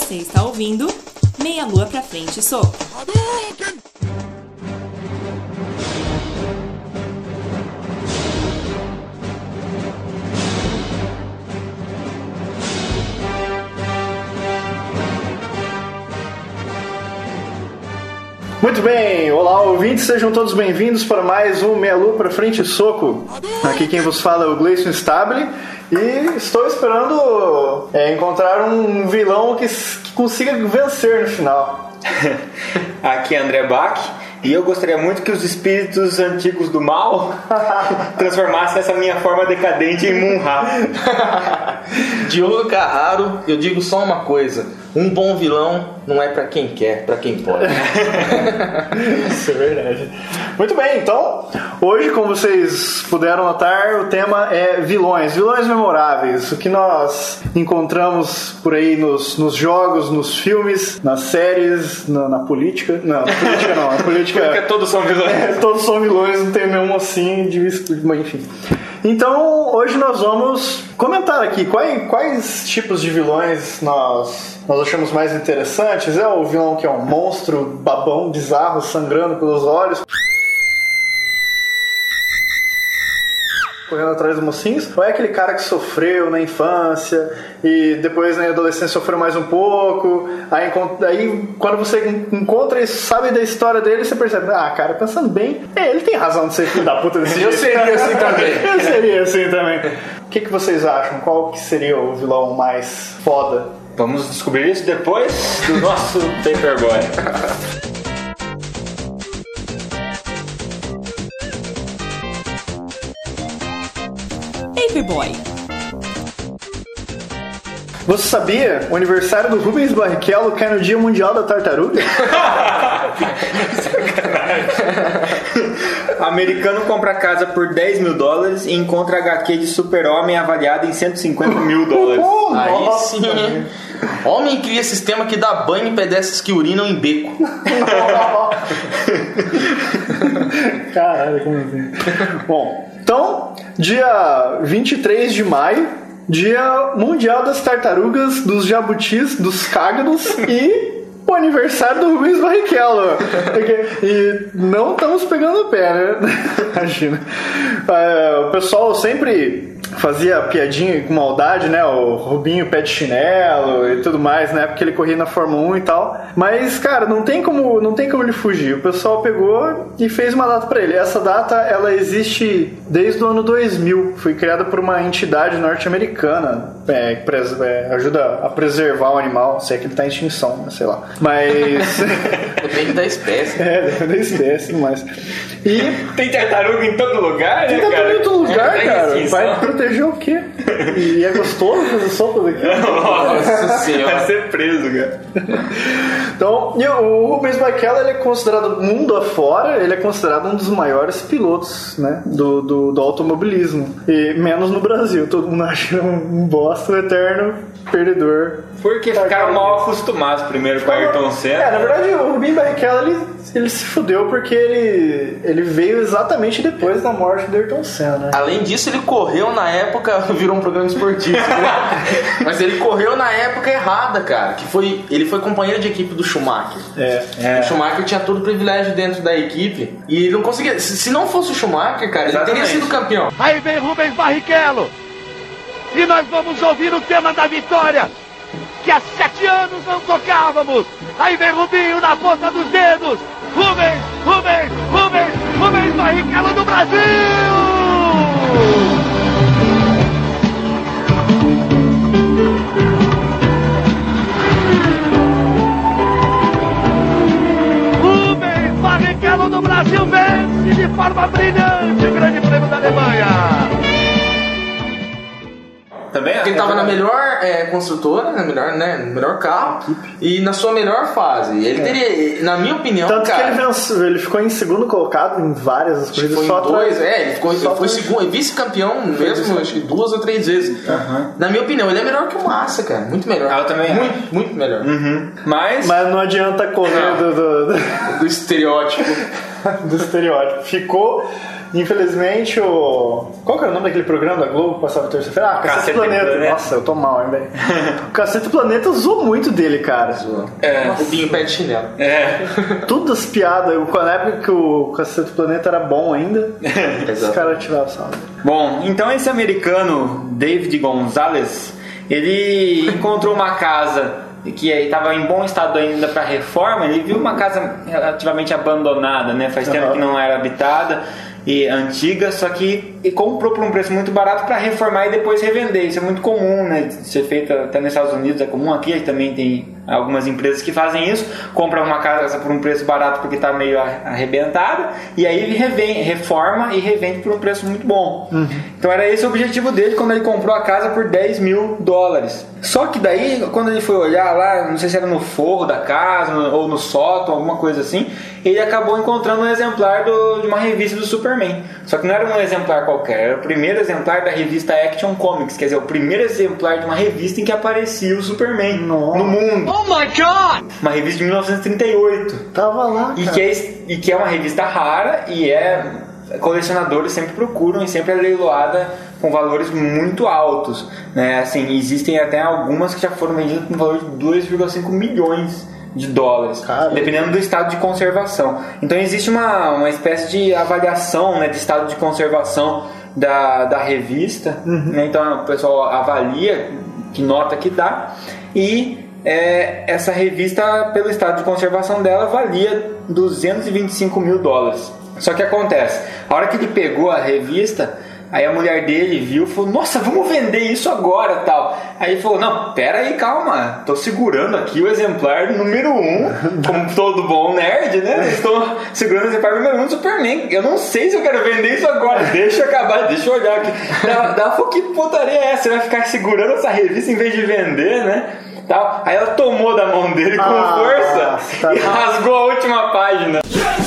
Você está ouvindo Meia Lua pra Frente Soco. Muito bem, olá ouvintes, sejam todos bem-vindos para mais um Meia Lua pra Frente Soco. Aqui quem vos fala é o Gleison Stabile e estou esperando encontrar um vilão que consiga vencer no final. Aqui é André Bach e eu gostaria muito que os espíritos antigos do mal transformassem essa minha forma decadente em Munra. Diogo Carraro, eu digo só uma coisa: um bom vilão não é pra quem quer, pra quem pode. Isso é verdade. Muito bem, então, hoje, como vocês puderam notar, o tema é vilões memoráveis, o que nós encontramos por aí nos jogos, nos filmes, nas séries, na política. Não, na política não, na política todos são vilões. Todos são vilões, não tem nenhum assim, enfim. Então, hoje nós vamos comentar aqui quais tipos de vilões nós achamos mais interessantes. É o vilão que é um monstro, babão, bizarro, sangrando pelos olhos, correndo atrás dos mocinhos, ou é aquele cara que sofreu na infância e depois na adolescência sofreu mais um pouco, aí quando você encontra e sabe da história dele, você percebe, cara, pensando bem, ele tem razão de ser filho da puta desse jeito. Eu seria assim também. Eu seria assim também. O que vocês acham? Qual que seria o vilão mais foda? Vamos descobrir isso depois do nosso Paperboy. Paperboy. Você sabia? O aniversário do Rubens Barrichello cai no Dia Mundial da Tartaruga? Americano compra casa por $10 mil e encontra HQ de Super-Homem avaliada em $150 mil. Aí Nossa, sim. cara. Homem cria sistema que dá banho em pedestres que urinam em beco. Caralho, como assim? Bom, então, dia 23 de maio, Dia Mundial das Tartarugas, dos Jabutis, dos Cágados e o aniversário do Rubens Barrichello. E não estamos pegando o pé, né? Imagina. O pessoal sempre fazia piadinha com maldade, né? O Rubinho pé de chinelo e tudo mais, né? Porque ele corria na Fórmula 1 e tal. Mas, cara, não tem como ele fugir. O pessoal pegou e fez uma data pra ele. Essa data, ela existe desde o ano 2000. Foi criada por uma entidade norte-americana que ajuda a preservar o animal. Se é que ele tá em extinção, né? Sei lá. Mas... Depende da espécie. Depende da espécie e tudo mais. E tem tartaruga em todo lugar, né, cara? Tem tartaruga em todo lugar, cara. Vai Vai proteger o quê? E é gostoso fazer sopa daqui. Nossa senhora. Vai ser preso, cara. Então, e o Rubens Barrichello, ele é considerado, mundo afora, ele é considerado um dos maiores pilotos, né, do automobilismo. E menos no Brasil. Todo mundo acha um bosta, um eterno perdedor. Porque ficaram mal acostumados primeiro com a Ayrton Senna. Na verdade, o Rubens Barrichello, ele se fudeu porque ele veio exatamente depois da morte do Ayrton Senna. Além disso, ele correu na época, virou um programa esportivo, né? Mas ele correu na época errada, cara. Ele foi companheiro de equipe do Schumacher. O Schumacher tinha todo o privilégio dentro da equipe e ele não conseguia. Se não fosse o Schumacher, cara, ele teria sido campeão. Aí vem Rubens Barrichello e nós vamos ouvir o tema da vitória que há 7 anos não tocávamos. Aí vem Rubinho na ponta dos dedos. Rubens Barrichello do Brasil! Rubens Barrichello do Brasil vence de forma brilhante o Grande Prêmio da Alemanha. Também Porque ele estava na melhor construtora, melhor carro e na sua melhor fase. Ele teria, na minha opinião, tanto cara, que ele venceu, ele ficou em segundo colocado em várias corridas. Foi só em dois, atrás. ele foi segundo, vice-campeão mesmo, acho que 2 ou 3 vezes. Na minha opinião, ele é melhor que o Massa, cara. Muito melhor. Eu também muito melhor. Mas não adianta correr do estereótipo. do estereótipo. Ficou Infelizmente, qual que era o nome daquele programa da Globo que passava terça-feira? Cacete Planeta. Nossa, eu tô mal, hein, velho. O Cacete Planeta usou muito dele, cara. O Binho pé de chinelo. Tudo as piadas. Na época que o Cacete Planeta era bom ainda, os caras tiravam salvo. Bom, então esse americano, David Gonzalez, ele encontrou uma casa que estava em bom estado ainda para reforma. Ele viu uma casa relativamente abandonada, né? Faz tempo que não era habitada e antiga, só que ele comprou por um preço muito barato para reformar e depois revender. Isso é muito comum, né? Ser feito até nos Estados Unidos, é comum. Aqui também tem algumas empresas que fazem isso, compram uma casa por um preço barato porque está meio arrebentada, e aí ele reforma e revende por um preço muito bom. Então era esse o objetivo dele quando ele comprou a casa por $10 mil. Só que daí, quando ele foi olhar lá, não sei se era no forro da casa ou no sótão, alguma coisa assim, ele acabou encontrando um exemplar de uma revista do Superman. Só que não era um exemplar qualquer, era o primeiro exemplar da revista Action Comics, quer dizer, o primeiro exemplar de uma revista em que aparecia o Superman no mundo. Oh my God! Uma revista de 1938. Tava lá, cara. E que é uma revista rara e colecionadores sempre procuram e sempre é leiloada com valores muito altos, né? Assim, existem até algumas que já foram vendidas com valor de $2,5 milhões, Caramba. dependendo do estado de conservação. Então existe uma espécie de avaliação, né, de estado de conservação da revista, né? Então o pessoal avalia que nota que dá, e essa revista, pelo estado de conservação dela, valia $225 mil. Só que acontece, a hora que ele pegou a revista, aí a mulher dele viu e falou: nossa, vamos vender isso agora, tal. Aí ele falou: não, pera aí, calma, tô segurando aqui o exemplar número 1, como todo bom nerd, né? Estou segurando o exemplar número 1 do Superman. Eu não sei se eu quero vender isso agora, deixa eu acabar, deixa eu olhar aqui. Ela falou: que putaria é essa? Você vai ficar segurando essa revista em vez de vender, né? Tal. Aí ela tomou da mão dele com força e rasgou a última página.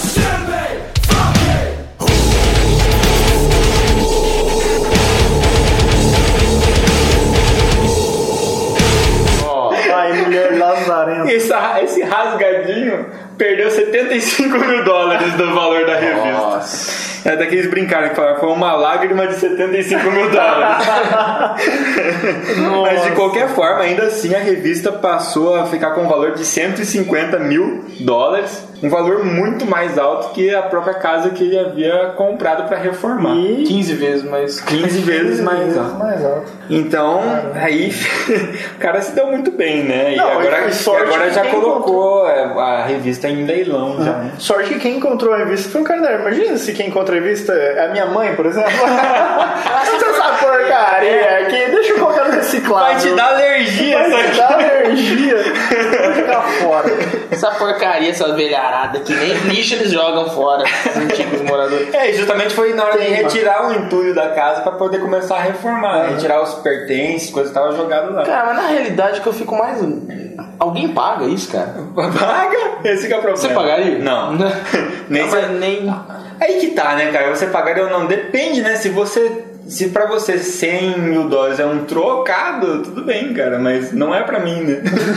Ai, mulher lazarenta. Esse rasgadinho perdeu $75 mil do valor da revista. Nossa. É daqueles brincaram que falaram, foi uma lágrima de $75 mil. Mas de qualquer forma, ainda assim a revista passou a ficar com um valor de $150 mil, um valor muito mais alto que a própria casa que ele havia comprado para reformar. E 15 vezes mais. 15 vezes mais alto. Então, aí o cara se deu muito bem, né? Não, e agora já colocou a revista em leilão. Já. Sorte que quem encontrou a revista foi um cara. Imagina se quem encontra a revista é a minha mãe, por exemplo. Essa porcaria aqui, deixa eu colocar no reciclado. Vai te dar alergia, vai te dar alergia. Vai ficar fora. Essa porcaria, essa velharada que nem lixo eles jogam fora, os antigos moradores. Justamente foi na hora de retirar o entulho da casa pra poder começar a reformar, retirar os pertences, coisas que estavam jogadas lá. Cara, mas na realidade que eu fico mais... Alguém paga isso, cara? Paga? Esse que é o problema. Você pagaria? Não. nem... Aí que tá, né, cara? Você pagaria ou não? Depende, né? Se pra você $100 mil é um trocado, tudo bem, cara, mas não é pra mim, né?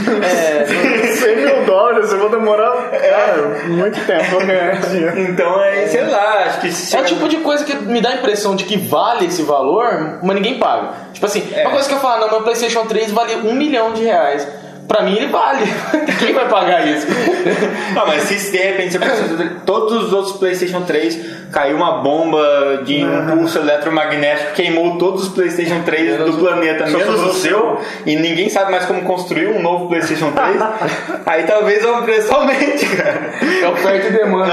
$100 mil, eu vou demorar muito tempo pra ganhar dinheiro. Então, sei lá, acho que... É o tipo de coisa que me dá a impressão de que vale esse valor, mas ninguém paga. Tipo assim, uma coisa que eu falo, meu PlayStation 3 vale R$1 milhão. Pra mim ele vale. Quem vai pagar isso? Não, mas se de repente todos os outros PlayStation 3 caiu uma bomba de impulso eletromagnético, queimou todos os PlayStation 3 do planeta, menos o seu, e ninguém sabe mais como construir um novo PlayStation 3, aí talvez o preço aumente, cara. É oferta e demanda.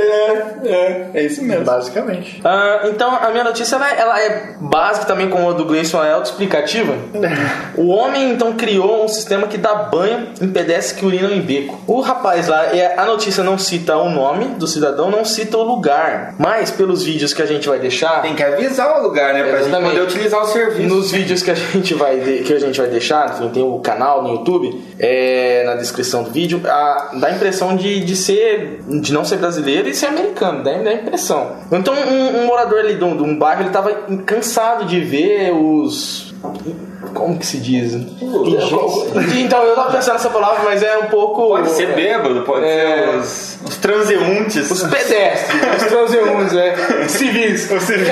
É isso mesmo. Basicamente. Então a minha notícia ela é básica também, como a do Gleison, é autoexplicativa. O homem então criou um sistema que dá banho em pedestres que urinam em beco. O rapaz lá, a notícia não cita o nome do cidadão, não cita o lugar, mas pelos vídeos que a gente vai deixar, tem que avisar o lugar, né, pra gente poder utilizar o serviço. Nos vídeos que a gente vai deixar, enfim, tem o canal no YouTube, na descrição do vídeo, dá a impressão de não ser brasileiro e ser americano, dá a impressão. Então um morador ali de um bairro, ele tava cansado de ver como que se diz? Então, eu tava pensando nessa palavra, mas é um pouco... Pode ser bêbado, pode ser Os transeuntes. Os pedestres, os transeuntes, civis.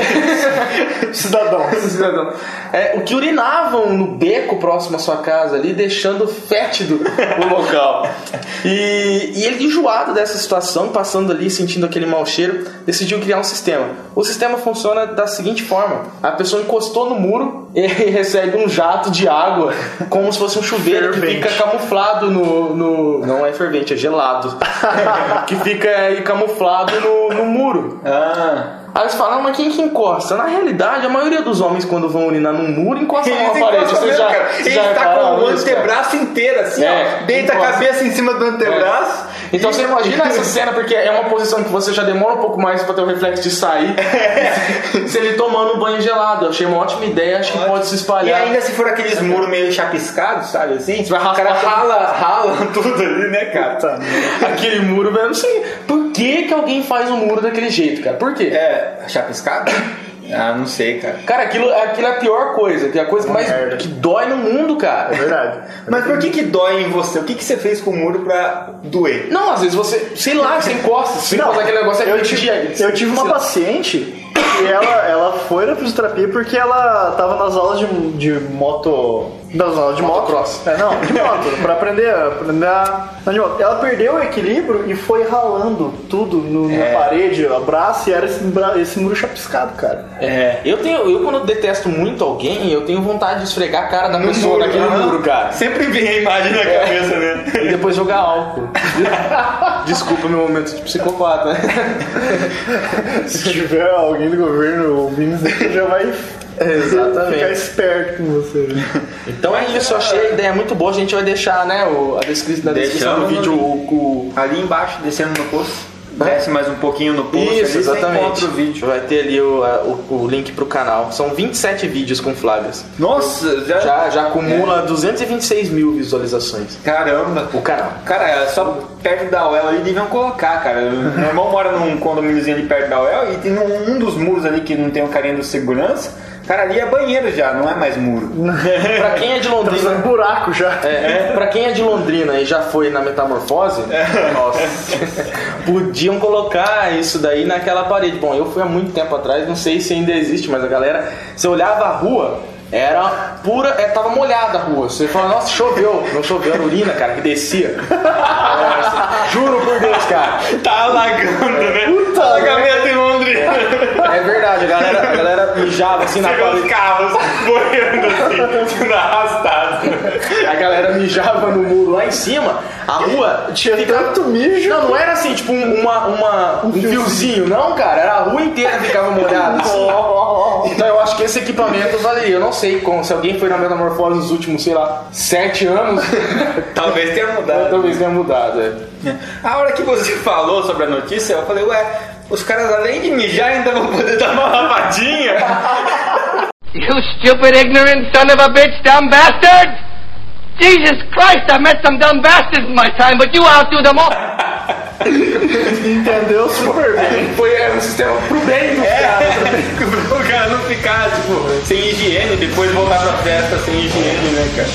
Cidadão. O que urinavam no beco próximo à sua casa ali, deixando fétido o local. E ele, enjoado dessa situação, passando ali, sentindo aquele mau cheiro, decidiu criar um sistema. O sistema funciona da seguinte forma: a pessoa encostou no muro e recebe um jato de água, como se fosse um chuveiro fervente. Que fica camuflado no... Não é fervente, é gelado. Que fica aí camuflado no muro. Aí você fala, mas quem que encosta? Na realidade, a maioria dos homens, quando vão urinar num muro, encostam numa parede. Ele tá com o antebraço inteiro, assim, ó. Deita a cabeça em cima do antebraço. Então você imagina essa cena, porque é uma posição que você já demora um pouco mais pra ter o reflexo de sair. Se ele tomando um banho gelado. Eu achei uma ótima ideia, acho que pode se espalhar. E ainda se for aqueles muros meio chapiscados, sabe assim? Você vai o cara rala tudo ali, né, cara? Aquele muro, velho, eu não sei. Por que alguém faz um muro daquele jeito, cara? Por quê? Chapiscado? Não sei, cara. Cara, aquilo é a pior coisa, que é a coisa mais que dói no mundo, cara. É verdade. Mas por que dói em você? O que você fez com o muro pra doer? Não, às vezes você, sei lá, você encosta. Você encosta aquele negócio. Eu tive uma paciente e ela foi na fisioterapia porque ela tava nas aulas de moto. Das aulas de motocross. De moto, pra aprender a andar de moto. Ela perdeu o equilíbrio e foi ralando tudo na parede, o braço, e era esse muro chapiscado, cara. Eu quando eu detesto muito alguém, eu tenho vontade de esfregar a cara da pessoa naquele muro, cara. Sempre vem a imagem na cabeça, né? E depois jogar álcool. Desculpa meu momento de psicopata. Se tiver alguém do governo ouvindo isso aqui, já vai... Exatamente. Ficar esperto com você. Então é isso, eu achei a ideia muito boa. A gente vai deixar, né, a descrição do vídeo ali embaixo, descendo no post. Desce mais um pouquinho no post. Isso, exatamente. O vídeo. Vai ter ali o link pro canal. São 27 vídeos com flagras. Nossa, já acumula 226 mil visualizações. Caramba. O canal. Cara, só perto da UEL ali deviam colocar, cara. Meu irmão mora num condomíniozinho ali perto da UEL e tem um dos muros ali que não tem o carinha do segurança. Cara, ali é banheiro já, não é mais muro. Pra quem é de Londrina... Tá um buraco já. Pra quem é de Londrina e já foi na Metamorfose, nossa, podiam colocar isso daí naquela parede. Bom, eu fui há muito tempo atrás, não sei se ainda existe, mas a galera... Você olhava a rua, era pura... tava molhada a rua. Você fala, nossa, choveu. Não choveu, era urina, cara, que descia. Juro por Deus, cara. Tá alagando, né? Puta, alagamento em Londrina. É verdade, a galera mijava assim na parede. Os carros boiando assim, sendo arrastados. A galera mijava no muro lá em cima. A rua tinha tanto mijo. Não era assim, tipo um fiozinho, não, cara. Era a rua inteira que ficava molhada. Assim. Então eu acho que esse equipamento valeria. Eu não sei se alguém foi na Metamorfose nos últimos, sei lá, 7 anos. Talvez tenha mudado. A hora que você falou sobre a notícia, eu falei, os caras além de mijar ainda vão poder dar uma lavadinha. You stupid, ignorant son of a bitch, dumb bastard! Jesus Christ, I met some dumb bastards in my time, but you outdo them all! Entendeu super bem. Foi um sistema pro bem do cara. O cara não ficar, tipo, sem higiene, depois voltar pra festa sem higiene, né, cara?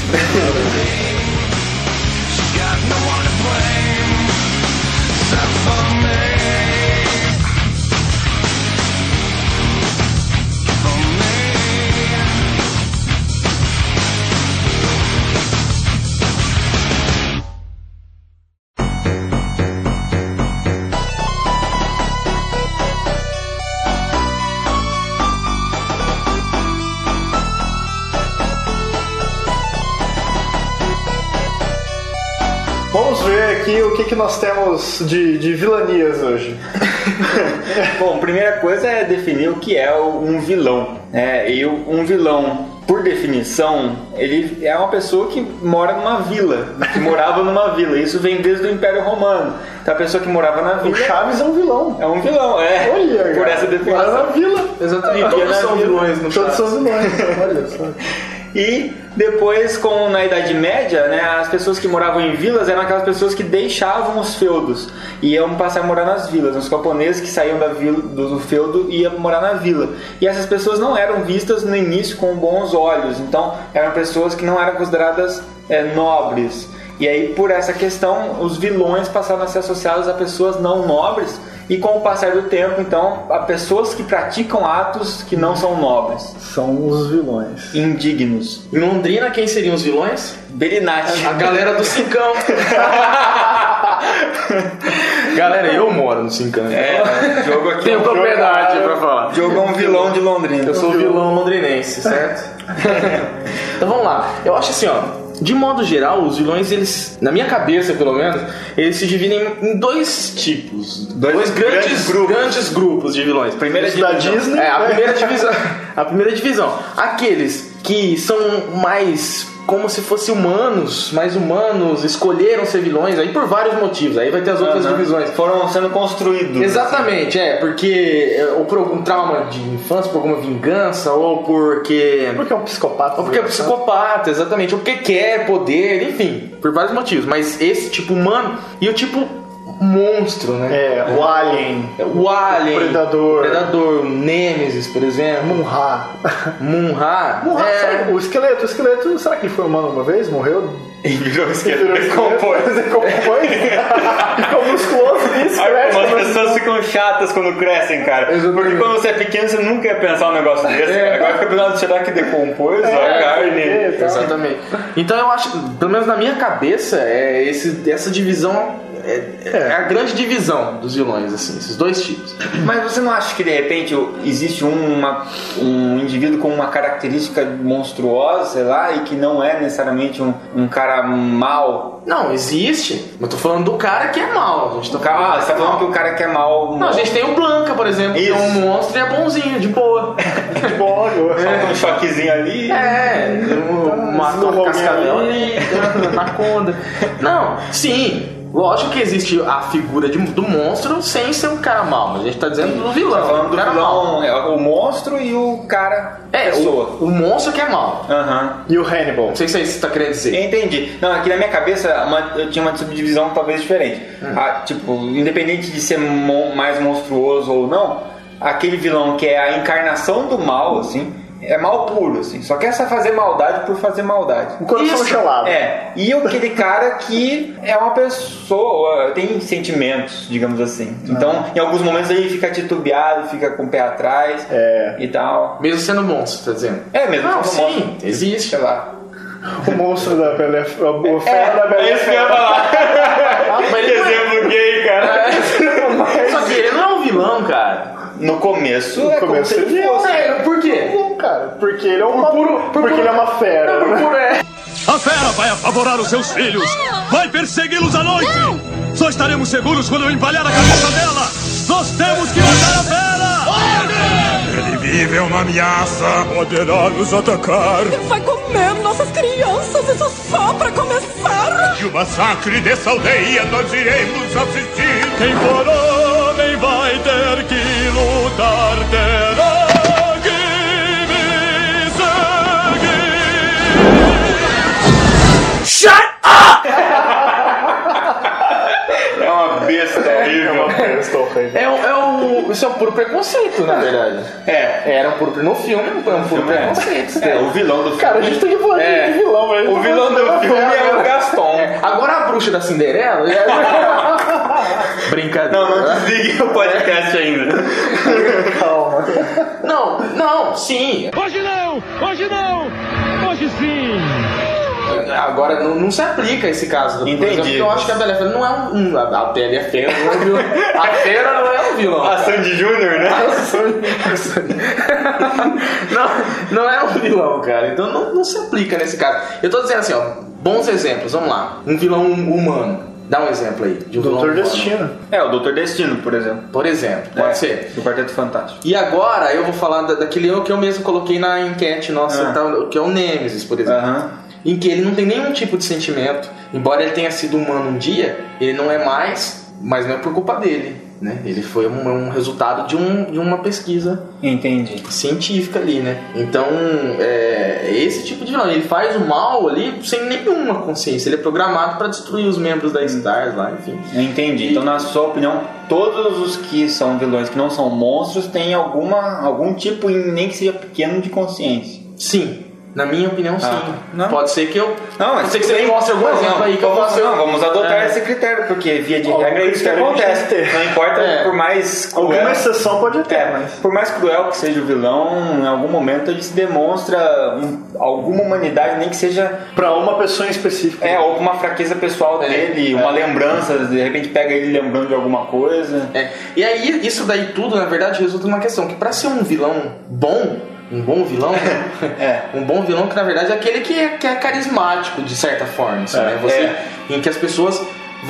Vamos ver aqui o que nós temos de vilanias hoje. Bom, primeira coisa é definir o que é um vilão. E um vilão, por definição, ele é uma pessoa que mora numa vila, que morava numa vila. Isso vem desde o Império Romano. Então a pessoa que morava na vila... O Chaves é um vilão. É um vilão, Olha, por essa definição. Mora na vila. Exatamente. Todos são vilões no Chaves. Todos são vilões. Olha só. E depois, na Idade Média, né, as pessoas que moravam em vilas eram aquelas pessoas que deixavam os feudos e iam passar a morar nas vilas. Os camponeses que saíam do feudo iam morar na vila. E essas pessoas não eram vistas no início com bons olhos. Então, eram pessoas que não eram consideradas nobres. E aí, por essa questão, os vilões passaram a ser associados a pessoas não nobres. E com o passar do tempo, então, a pessoas que praticam atos que não são nobres. São os vilões. Indignos. Em Londrina, quem seriam os vilões? Belinati. A galera do Cincão. Galera, eu moro no Cincão. Diogo aqui. Tenho propriedade pra falar. Diogo é um vilão de Londrina. Eu sou vilão londrinense, certo? Então vamos lá. Eu acho assim, ó. De modo geral, os vilões, eles, na minha cabeça pelo menos, eles se dividem em dois tipos. Dois grandes grupos de vilões. Primeira da Disney. A primeira divisão. A primeira divisão. Aqueles que são mais como se fossem humanos, mais humanos, escolheram ser vilões, aí por vários motivos. Aí vai ter as outras divisões. Foram sendo construídos. Exatamente, porque ou por algum trauma de infância, por alguma vingança, ou porque... Porque é um psicopata. Ou porque é um psicopata, exatamente. Ou porque quer poder, enfim, por vários motivos. Mas esse tipo humano e o tipo monstro, né? O Alien. O Alien. O Predador, o Nêmesis, por exemplo. Munra. O esqueleto, será que ele foi humano uma vez? Morreu? E virou esqueleto. Decompôs. Ficou musculoso isso, cresce. As pessoas ficam chatas quando crescem, cara. Porque quando você é pequeno, você nunca ia pensar um negócio desse. Cara. Agora fica pensando, será que decompôs a carne? Exatamente. Então eu acho, pelo menos na minha cabeça, essa divisão é a grande divisão dos vilões, assim, esses dois tipos. Mas você não acha que de repente existe um indivíduo com uma característica monstruosa, sei lá, e que não é necessariamente um cara mau? Não, existe. Eu tô falando do cara que é mau. Você tá falando que o cara que é mau... Não, a gente tem o Blanca, por exemplo, que é um monstro e é bonzinho, de boa. De boa. Só um choquezinho ali. Mata uma cascavel ali, anaconda. Não, sim. Lógico que existe a figura do monstro sem ser um cara mau, mas a gente tá dizendo do vilão. Tá falando do cara vilão, o monstro e o cara pessoa. O monstro que é mau. E o Hannibal. Não sei se é isso que você tá querendo dizer. Entendi. Não, aqui na minha cabeça eu tinha uma subdivisão talvez diferente. Tipo, independente de ser mais monstruoso ou não, aquele vilão que é a encarnação do mal, assim, é mal puro, assim. Só quer fazer maldade por fazer maldade. O coração gelado. E aquele cara que é uma pessoa, tem sentimentos, digamos assim. Então, em alguns momentos ele fica titubeado, fica com o pé atrás e tal. Mesmo sendo monstro, tá dizendo? Mesmo sendo monstro. Sim, existe. Sei lá. O monstro da Bela Fera. O Fera da Bela Fera. É isso que eu ia falar. Que exemplo gay, cara. Só que ele não é um vilão, cara. No começo como se ele fosse. Por quê? Não, cara. Porque ele é ele é uma fera. A fera vai apavorar os seus filhos. Vai persegui-los à noite. Só estaremos seguros quando eu empalhar a cabeça dela. Nós temos que matar a fera. Ele vive é uma ameaça. Poderá nos atacar. Vai comer nossas crianças. Isso só pra começar. E o massacre dessa aldeia nós iremos assistir. Quem for homem vai ter que lutar. Terá que me seguir. Shut up! É uma besta horrível. Isso é um puro preconceito, na verdade. Era um puro... No filme, é um puro preconceito. O vilão do filme. Cara, a gente tem que falar de vilão, velho. O vilão do filme é o Gaston. Agora a bruxa da Cinderela... Brincadeira. Não desligue o podcast ainda. Calma. Não, sim. Hoje sim. Agora não se aplica esse caso. Entendi. Porque eu acho que a Bela Fera não é a Bela Fera não é um vilão. A Fera não é um vilão. A Sandy Júnior, né? Não é um vilão, cara. Então não se aplica nesse caso. Eu tô dizendo assim, ó, bons exemplos, vamos lá. Um vilão humano. Dá um exemplo aí de um vilão Doutor humano. Destino. O Doutor Destino, por exemplo. Por exemplo, pode ser. Do Quarteto Fantástico. E agora eu vou falar daquele que eu mesmo coloquei na enquete nossa, que é o Nêmesis, por exemplo. Em que ele não tem nenhum tipo de sentimento. Embora ele tenha sido humano um dia, ele não é mais, mas não é por culpa dele, né? Ele foi um resultado de uma pesquisa científica ali, né? Então, esse tipo de vilão, ele faz o mal ali sem nenhuma consciência. Ele é programado para destruir os membros da Stars lá, enfim. Entendi. Então, na sua opinião, todos os que são vilões que não são monstros têm algum tipo, nem que seja pequeno, de consciência. Sim. Na minha opinião, sim. Não. Pode ser que eu... Não, mas pode ser que você mostre algum exemplo aí que eu possa... Não, vamos adotar esse critério, porque via de regra é isso que acontece. Não importa, por mais cruel... Alguma exceção pode ter, mas... Por mais cruel que seja o vilão, em algum momento ele se demonstra alguma humanidade, nem que seja... Pra uma pessoa em específico. Ou uma fraqueza pessoal dele, uma lembrança, de repente pega ele lembrando de alguma coisa. E aí, isso daí tudo, na verdade, resulta numa questão que pra ser um vilão bom... Um bom vilão, um bom vilão que na verdade é aquele que é carismático de certa forma, assim, né? Em que as pessoas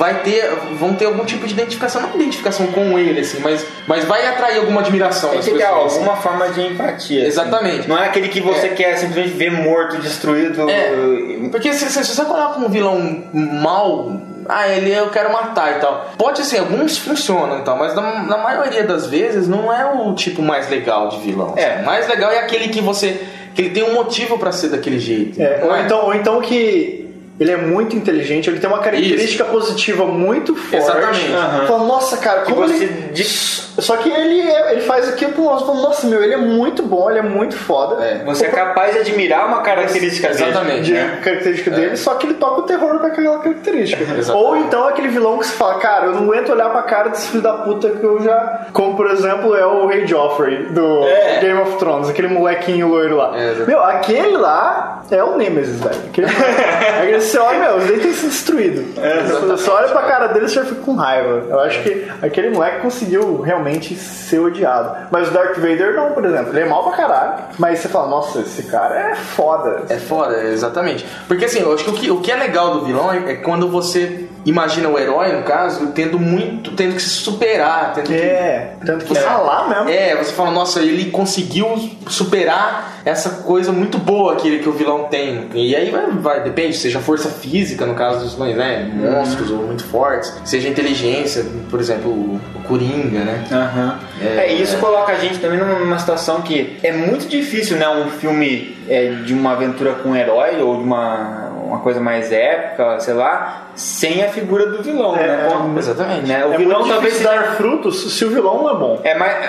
vão ter algum tipo de identificação, não identificação com ele, assim, mas vai atrair alguma admiração das pessoas. Alguma forma de empatia. Exatamente. Assim. Não é aquele que você quer simplesmente ver morto, destruído. Porque se você coloca um vilão mal, eu quero matar e tal. Pode ser, alguns funcionam e tal, mas na maioria das vezes não é o tipo mais legal de vilão. O mais legal é aquele que ele tem um motivo pra ser daquele jeito. Ou então que ele é muito inteligente, ele tem uma característica positiva muito forte. Exatamente. Fala, nossa, cara, como ele... Só que ele faz aquilo pro nosso. Nossa, ele é muito bom, ele é muito foda. Você é capaz de admirar uma característica dele. Exatamente. Característica dele, só que ele toca o terror com aquela característica. Ou então aquele vilão que você fala, cara, eu não aguento olhar pra cara desse filho da puta que eu já... Como, por exemplo, é o Rei Joffrey do Game of Thrones, aquele molequinho loiro lá. Aquele lá é o Nemesis, velho. Aquele você olha, os dentes têm sido destruídos. Você olha pra cara dele e você já fica com raiva. Eu acho que aquele moleque conseguiu realmente ser odiado. Mas o Darth Vader não, por exemplo. Ele é mal pra caralho, mas você fala, nossa, esse cara é foda. É foda, exatamente. Porque assim, eu acho que o que é legal do vilão é quando você imagina o herói, no caso, tendo que se superar. Tendo que falar mesmo. Você fala, nossa, ele conseguiu superar essa coisa muito boa que o vilão tem. E aí depende, seja força física, no caso dos vilões, né? Monstros ou muito fortes, seja inteligência, por exemplo, o Coringa, né? Isso coloca a gente também numa situação que é muito difícil, né? Um filme de uma aventura com um herói ou de uma coisa mais épica, sei lá, sem a figura do vilão, né? Exatamente. Né? O vilão talvez dar frutos se o vilão não é bom.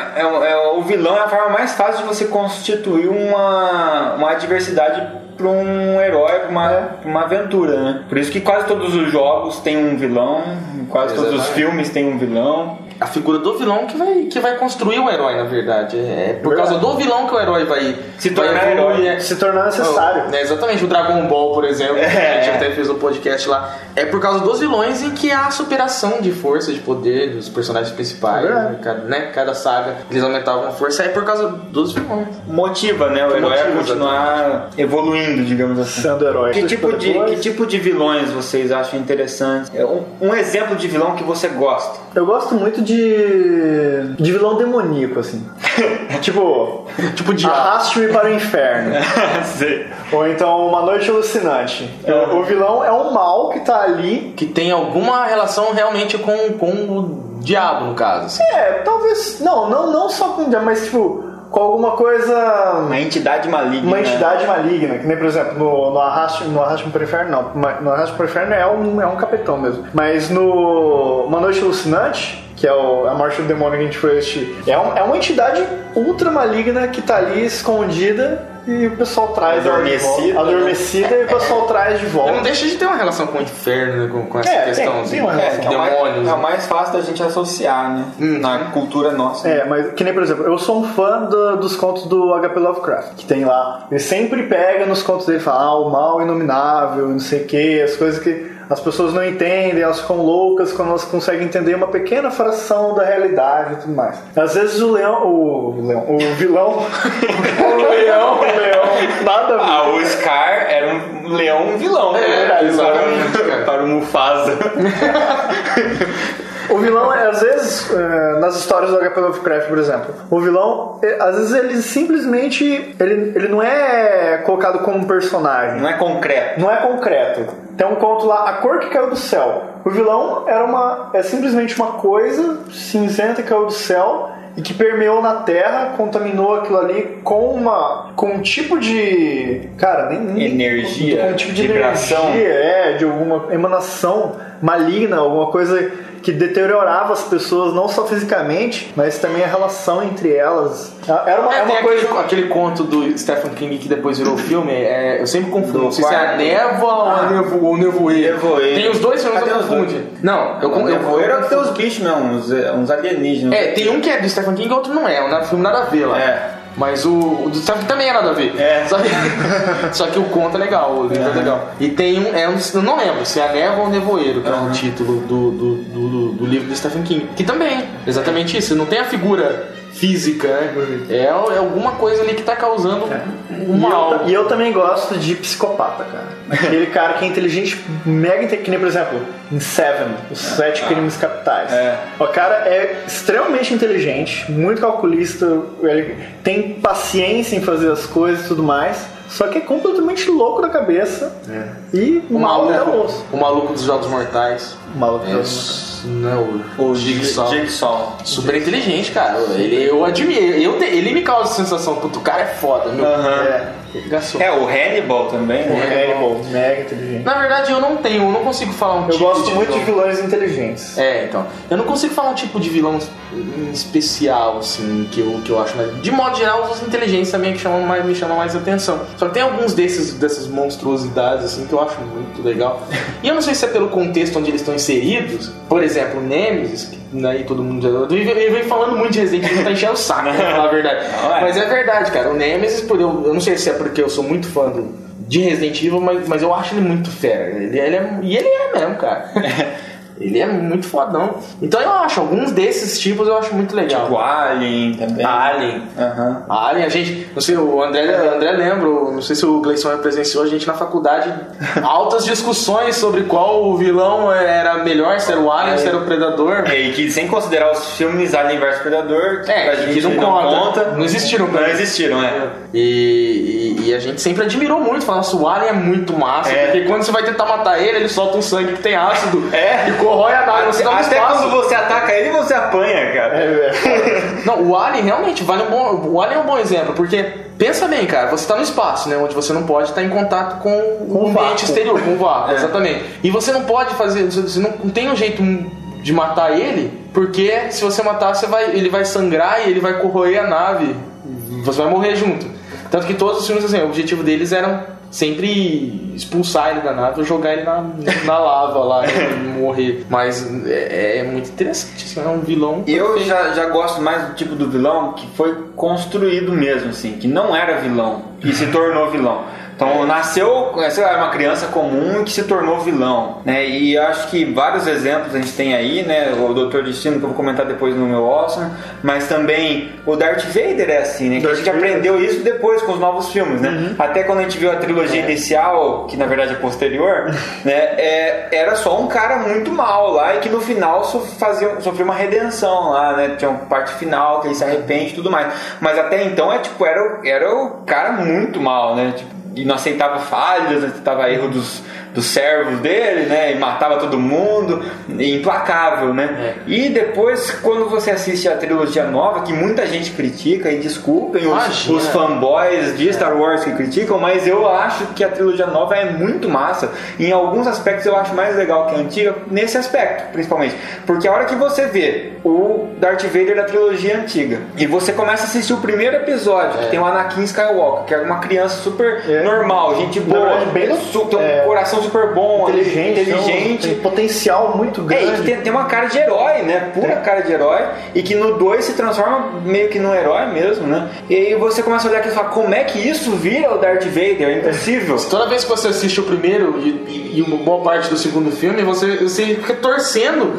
O vilão é a forma mais fácil de você constituir uma adversidade para um herói, para uma aventura, né? Por isso que quase todos os jogos têm um vilão, quase todos os filmes têm um vilão. A figura do vilão que vai construir o herói, na verdade. É por causa do vilão que o herói vai se tornar herói. Se tornar necessário. Exatamente. O Dragon Ball, por exemplo, que a gente até fez o podcast lá. É por causa dos vilões em que há a superação de força, de poder dos personagens principais. Cada saga eles aumentavam a força. É por causa dos vilões. Motiva, né? O herói a continuar evoluindo, digamos assim. Sendo herói. Que tipo de vilões vocês acham interessantes? Um exemplo de vilão que você gosta? Eu gosto muito de vilão demoníaco, assim. tipo Arraste-me para o Inferno. Ou então Uma Noite Alucinante. O vilão é um mal que tá ali, que tem alguma relação realmente com o diabo, no caso, assim. Talvez não só com o diabo, mas com alguma coisa... Uma entidade maligna. Uma entidade maligna, que nem, por exemplo, no Arraste-me para o Inferno, não. No Arraste-me para o Inferno é um capetão mesmo. Mas no Uma Noite Alucinante, que é a Morte do Demônio que a gente foi assistir, é uma entidade ultra maligna que tá ali escondida e o pessoal traz adormecida e o pessoal traz de volta. Não deixa de ter uma relação com o inferno, com essa questão tem uma relação. demônios. É o mais fácil da gente associar, né? Na cultura nossa. Mas que nem, por exemplo, eu sou um fã dos contos do H.P. Lovecraft, que tem lá, ele sempre pega nos contos dele e fala, o mal inominável, não sei o que, as coisas que as pessoas não entendem, elas ficam loucas quando elas conseguem entender uma pequena fração da realidade e tudo mais. Às vezes o vilão, nada a ver. O Scar era um leão vilão, né? Exatamente. Para o Mufasa. O vilão, às vezes, nas histórias do H.P. Lovecraft, por exemplo, o vilão, às vezes ele simplesmente, ele não é colocado como personagem. Não é concreto. Não é concreto. Tem um conto lá, A Cor que Caiu do Céu. O vilão é simplesmente uma coisa cinzenta que caiu do céu e que permeou na Terra, contaminou aquilo ali com um tipo de... Cara, nem energia, com um tipo de vibração. Energia, de alguma emanação maligna, alguma coisa que deteriorava as pessoas, não só fisicamente, mas também a relação entre elas. Era uma coisa... Aquele conto do Stephen King que depois virou filme, eu sempre confundo. Não sei se é a névoa ou o nevoeiro. Tem os dois filmes que eu confundo. Não, o nevoeiro é que tem os bichos mesmo, uns alienígenas. Tem um que é do Stephen King e outro não é. O filme nada a ver lá. Mas o do Stephen também é nada a ver. Só que o conto é legal, o livro é legal. E tem eu não lembro se é a névoa ou o nevoeiro, que é o título do livro do Stephen King. Que também, exatamente isso. Não tem a figura física, né? É alguma coisa ali que tá causando um mal. E eu também gosto de psicopata, cara. Aquele cara que é inteligente, mega inteligente, que nem, por exemplo, em Seven, os 7 crimes capitais. O cara é extremamente inteligente, muito calculista, ele tem paciência em fazer as coisas e tudo mais, só que é completamente louco da cabeça e mal até o osso. O maluco dos Jogos Mortais. O maluco dos Jogos Mortais. Não, o Jigsaw. Super inteligente, cara. Eu admiro. Ele me causa a sensação, puto, o cara é foda, meu. O Hannibal também. O Hannibal, mega inteligente. Na verdade, eu não consigo falar Eu gosto muito de vilões inteligentes. Então. Eu não consigo falar um tipo de vilão especial, assim, que eu acho mais. De modo geral, os inteligentes também me chamam mais atenção. Só que tem alguns dessas monstruosidades, assim, que eu acho muito legal. E eu não sei se é pelo contexto onde eles estão inseridos. Por exemplo, o Nemesis, que aí todo mundo já... Eu venho falando muito de Resident Evil, tá enchendo o saco, pra falar a verdade. Mas é verdade, cara. O Nemesis, eu não sei se é porque eu sou muito fã de Resident Evil, mas eu acho ele muito fera. Ele é mesmo, cara. Ele é muito fodão. Então eu acho, alguns desses tipos eu acho muito legal. Tipo Alien também. Alien. Alien, a gente... Não sei, o André lembra, não sei se o Gleison presenciou, a gente na faculdade, altas discussões sobre qual o vilão era melhor, se era o Alien, se era o Predador. E que sem considerar os filmes Alien vs Predador, a gente não conta. Não existiram. Não existiram, E a gente sempre admirou muito, falando assim, o Alien é muito massa, porque quando você vai tentar matar ele solta um sangue que tem ácido. E corrói a nave, você dá um até espaço. quando você ataca ele, você apanha, cara. Não, o Alien realmente o Alien é um bom exemplo, porque pensa bem, cara, você tá no espaço, né, onde você não pode estar em contato com o ambiente exterior, com o vácuo, exatamente. E você não pode fazer, você não tem um jeito de matar ele, porque se você matar, ele vai sangrar e ele vai corroer a nave, você vai morrer junto. Tanto que todos os filmes, assim, o objetivo deles eram sempre expulsar ele da nave ou jogar ele na lava lá e morrer. Mas é muito interessante, assim, é um vilão. Eu já gosto mais do tipo do vilão que foi construído mesmo, assim, que não era vilão e se tornou vilão. Então nasceu, sei lá, uma criança comum que se tornou vilão, né? E acho que vários exemplos a gente tem aí, né? O Dr. Destino, que eu vou comentar depois no meu Awesome, mas também o Darth Vader é assim, né? Que a gente aprendeu isso depois com os novos filmes, né? Até quando a gente viu a trilogia inicial, que na verdade é posterior, né? Era só um cara muito mal lá e que no final sofreu uma redenção lá, né? Tinha uma parte final que ele se arrepende e tudo mais. Mas até então era o cara muito mal, né? E não aceitava falhas, aceitava erro dos servos dele, né? E matava todo mundo, implacável, né? E depois, quando você assiste a trilogia nova, que muita gente critica, e desculpem os fanboys de Star Wars que criticam, mas eu acho que a trilogia nova é muito massa. Em alguns aspectos eu acho mais legal que a antiga, nesse aspecto, principalmente. Porque a hora que você vê o Darth Vader da trilogia antiga, e você começa a assistir o primeiro episódio, que tem o Anakin Skywalker, que é uma criança super normal, gente boa, tem um coração super bom, inteligente, tem potencial muito grande. E que tem uma cara de herói, né? Pura cara de herói, e que no 2 se transforma meio que num herói mesmo, né? E aí você começa a olhar aqui e fala, como é que isso vira o Darth Vader? É impossível. Toda vez que você assiste o primeiro e uma boa parte do segundo filme, você fica torcendo.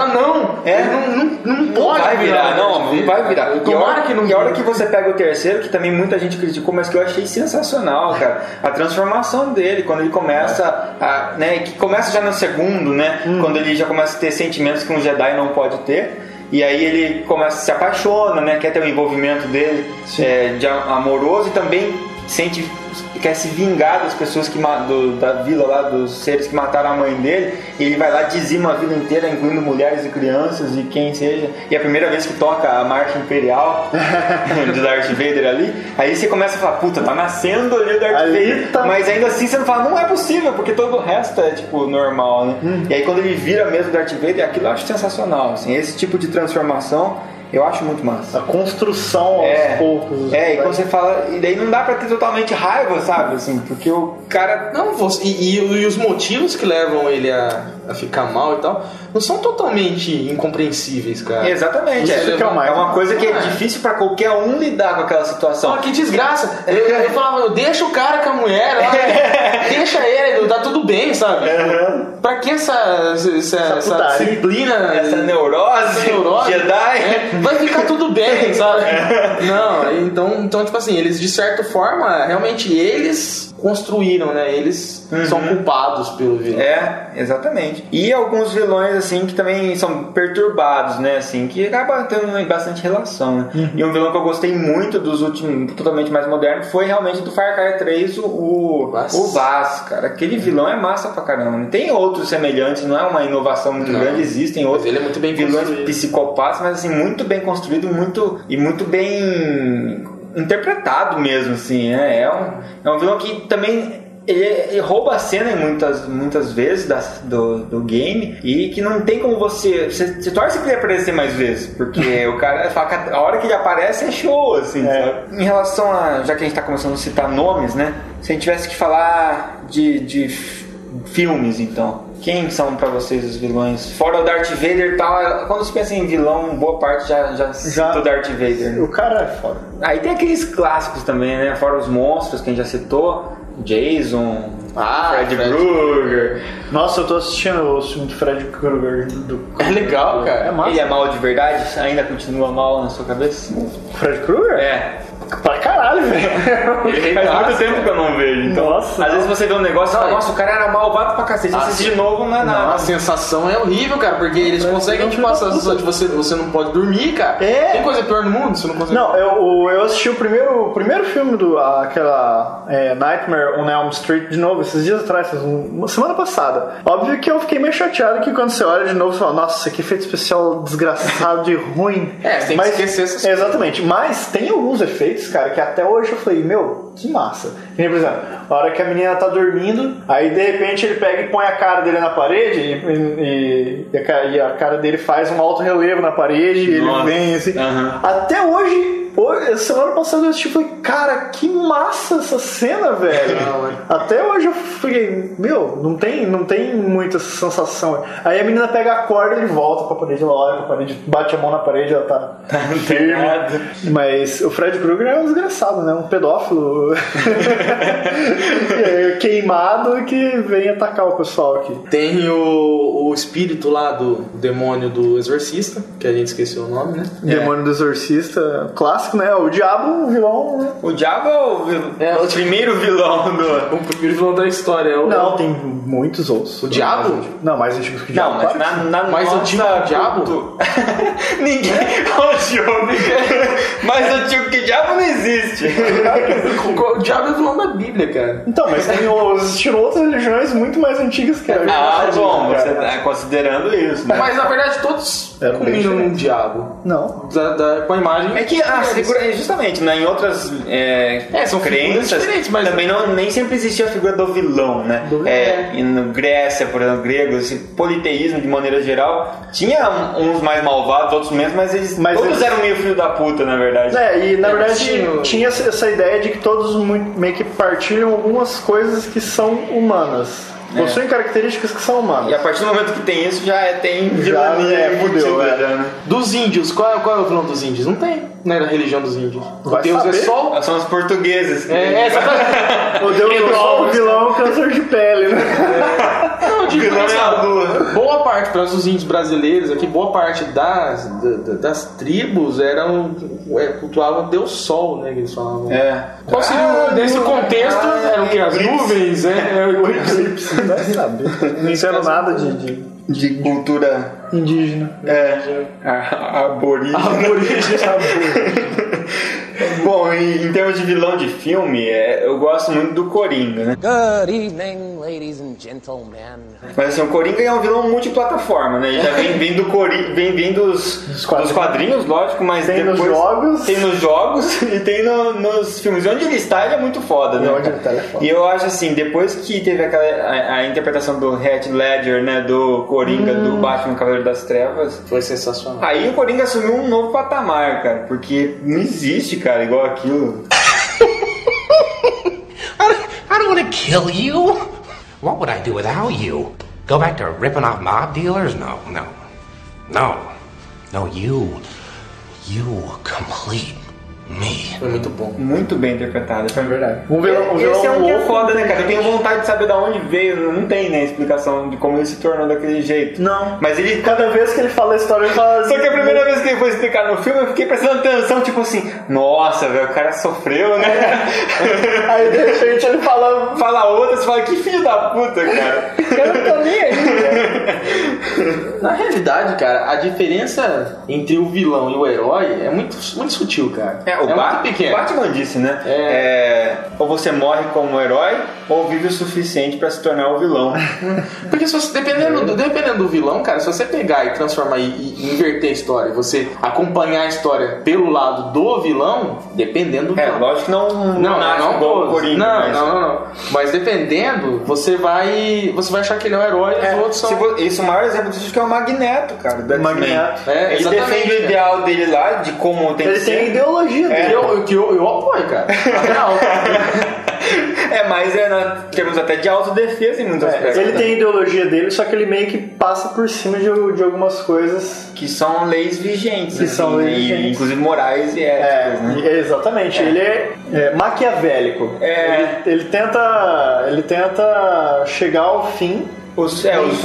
Não pode vai virar. Não vai virar. Tomara que não. E a hora que você pega o terceiro, que também muita gente criticou, mas que eu achei sensacional, cara, a transformação dele, quando ele começa que começa já no segundo, né? Quando ele já começa a ter sentimentos que um Jedi não pode ter. E aí ele se apaixona, né? Quer ter o envolvimento dele de amoroso e também quer se vingar das pessoas da vila lá, dos seres que mataram a mãe dele, e ele vai lá, dizima a vila inteira, incluindo mulheres e crianças e quem seja, e é a primeira vez que toca a marcha imperial do Darth Vader ali, aí você começa a falar, puta, tá nascendo ali o Darth Vader, mas ainda assim você não fala, não é possível, porque todo o resto é tipo normal, né? E aí quando ele vira mesmo Darth Vader, aquilo eu acho sensacional, assim, esse tipo de transformação eu acho muito massa. A construção aos poucos. E quando você fala... E daí não dá pra ter totalmente raiva, sabe? Assim, porque o cara... Não, e os motivos que levam ele a ficar mal e tal, não são totalmente incompreensíveis, cara. Exatamente. É uma coisa que é difícil pra qualquer um lidar com aquela situação. Que desgraça. Eu falava, deixa o cara com a mulher, deixa ele, tá tudo bem, sabe? Pra que essa disciplina... Essa neurose Jedi... vai ficar tudo bem, sabe? Não, então, tipo assim, eles de certa forma, realmente eles construíram, né? Eles são culpados pelo vilão. Exatamente. E alguns vilões, assim, que também são perturbados, né? Assim, que acabam tendo bastante relação, né? E um vilão que eu gostei muito dos últimos, totalmente mais moderno, foi realmente do Far Cry 3, o Vaz, cara. Aquele vilão é massa pra caramba. Tem outros semelhantes, não é uma inovação muito grande, existem outros. Mas ele é muito bem vilões construído. Psicopatas, mas assim, muito bem construído, muito bem interpretado mesmo, assim, né? É um vilão que também ele rouba a cena muitas vezes do game, e que não tem como você torce pra ele aparecer mais vezes, porque o cara fala que a hora que ele aparece é show, assim, sabe? Em relação a, já que a gente tá começando a citar nomes, né? Se a gente tivesse que falar de filmes, então, quem são pra vocês os vilões? Fora o Darth Vader e tal, quando se pensa em vilão, boa parte já cita o Darth Vader, né? O cara é foda. Aí tem aqueles clássicos também, né? Fora os monstros que a gente já citou, Jason, Freddy Krueger. Nossa, eu tô assistindo o filme do Freddy Krueger. É legal, cara. É massa. Ele é mal de verdade? Ainda continua mal na sua cabeça? Freddy Krueger? É. Pra caralho, velho. Faz muito tempo que eu não vejo. Então, nossa, às vezes você vê um negócio e fala, nossa, o cara era malvado pra cacete. Você assiste de novo, não é nada. A sensação é horrível, cara, porque eles conseguem te passar a sensação de você não pode dormir, cara. Tem coisa pior no mundo, você não consegue. Não, eu assisti o primeiro filme aquela Nightmare on Elm Street de novo, esses dias atrás, semana passada. Óbvio que eu fiquei meio chateado que quando você olha de novo, você fala, nossa, que efeito especial desgraçado de ruim. Você tem que esquecer essas coisas. Exatamente, mas tem alguns efeitos, cara, que até hoje eu falei, meu, que massa. Que nem, por exemplo, a hora que a menina tá dormindo, aí de repente ele pega e põe a cara dele na parede e a cara dele faz um alto relevo na parede e ele vem assim. Até hoje, semana passada eu assisti e falei, cara, que massa essa cena, velho. Até hoje eu fiquei, meu, não tem muita sensação. Aí a menina pega a corda e ele volta pra parede, ela olha pra parede, bate a mão na parede, ela tá firme. Mas o Freddy Krueger é um desgraçado, né? Um pedófilo queimado que vem atacar o pessoal aqui. Tem o espírito lá do demônio do exorcista, que a gente esqueceu o nome, né? Demônio do exorcista, clássico, né? O diabo, o vilão, né? O diabo é o primeiro vilão o primeiro vilão da história. Não, tem muitos outros. O diabo? Não, mais antigos que o diabo. Não, mas mais antigo que o diabo? Ninguém odiou. Mais antigo que o diabo não existe. O diabo é o vilão da Bíblia, cara. Então, mas existiram outras religiões muito mais antigas que a bom, você tá considerando isso, né? Mas na verdade todos combinam um diabo. Não. Com a imagem. É que a figura, justamente, né, em outras são crenças, mas também nem sempre existia a figura do vilão, né? E no Grécia, por exemplo, gregos, esse politeísmo de maneira geral, tinha uns mais malvados, outros menos, mas todos eram meio filho da puta, na verdade. E na verdade tinha essa ideia de que todos meio que partilham algumas coisas que são humanas. Possuem características que são humanas. E a partir do momento que tem isso, tem vilania. Fudeu, né? Dos índios, qual é o vilão dos índios? Não tem, né? Na religião dos índios. O Deus é sol. São os portugueses. O Deus é sol, o vilão é o câncer de pele, né? Não, digo que boa parte, para os índios brasileiros aqui, boa parte das tribos cultuavam o Deus Sol, né? Que eles falavam. Qual seria, nesse contexto, eram que as nuvens, o eclipse. Vai saber. Não entendo nada de cultura indígena. Aborígena. Bom, em termos de vilão de filme, eu gosto muito do Coringa, né? Good evening, ladies and gentlemen. Mas assim, o Coringa é um vilão multiplataforma, né? Ele já vem dos quadrinhos, lógico, mas tem depois... Tem nos jogos e tem nos filmes. Onde ele está, ele é muito foda, né? Onde ele está, ele é foda. E eu acho assim, depois que teve a interpretação do Heath Ledger, né? Do Coringa, do Batman Cavaleiro das Trevas... Foi sensacional. Aí o Coringa assumiu um novo patamar, cara. Porque não existe, cara, igual aquilo. I don't want to kill you. What would I do without you? Go back to ripping off mob dealers? No. No, you complete me. Foi muito bom. Muito bem interpretado. É verdade. Esse é um que é foda, né, cara? Eu tenho vontade de saber de onde veio. Não tem, né, explicação de como ele se tornou daquele jeito. Não. Mas ele... Cada vez que ele fala a história, ele fala... Só que a primeira vez que ele foi explicar no filme, eu fiquei prestando atenção, tipo assim... Nossa, velho, o cara sofreu, né? Aí, de repente, ele fala... Fala outra, você fala, que filho da puta, cara. Eu não tô nem aí, né? Na realidade, cara, a diferença entre o vilão e o herói é muito, muito sutil, cara. Muito pequeno. O Batman disse, né? Ou você morre como herói, ou vive o suficiente pra se tornar o vilão. Porque se você, dependendo do vilão, cara, se você pegar e transformar e inverter a história, você acompanhar a história pelo lado do vilão, dependendo do vilão. Lógico que não. Mas dependendo, você vai achar que ele é o herói e os outros são... Isso, o maior exemplo disso que é o Magneto, cara. O Magneto. Ele defende o ideal dele lá, de como tem que ser. Ele tem a ideologia dele. Que eu apoio, cara. Mas nós temos até de autodefesa em muitos aspectos. Ele tem a ideologia dele, só que ele meio que passa por cima de algumas coisas que são leis vigentes. Que são leis vigentes. Inclusive morais e éticas, né? Exatamente. Ele é maquiavélico. Ele tenta chegar ao fim. Os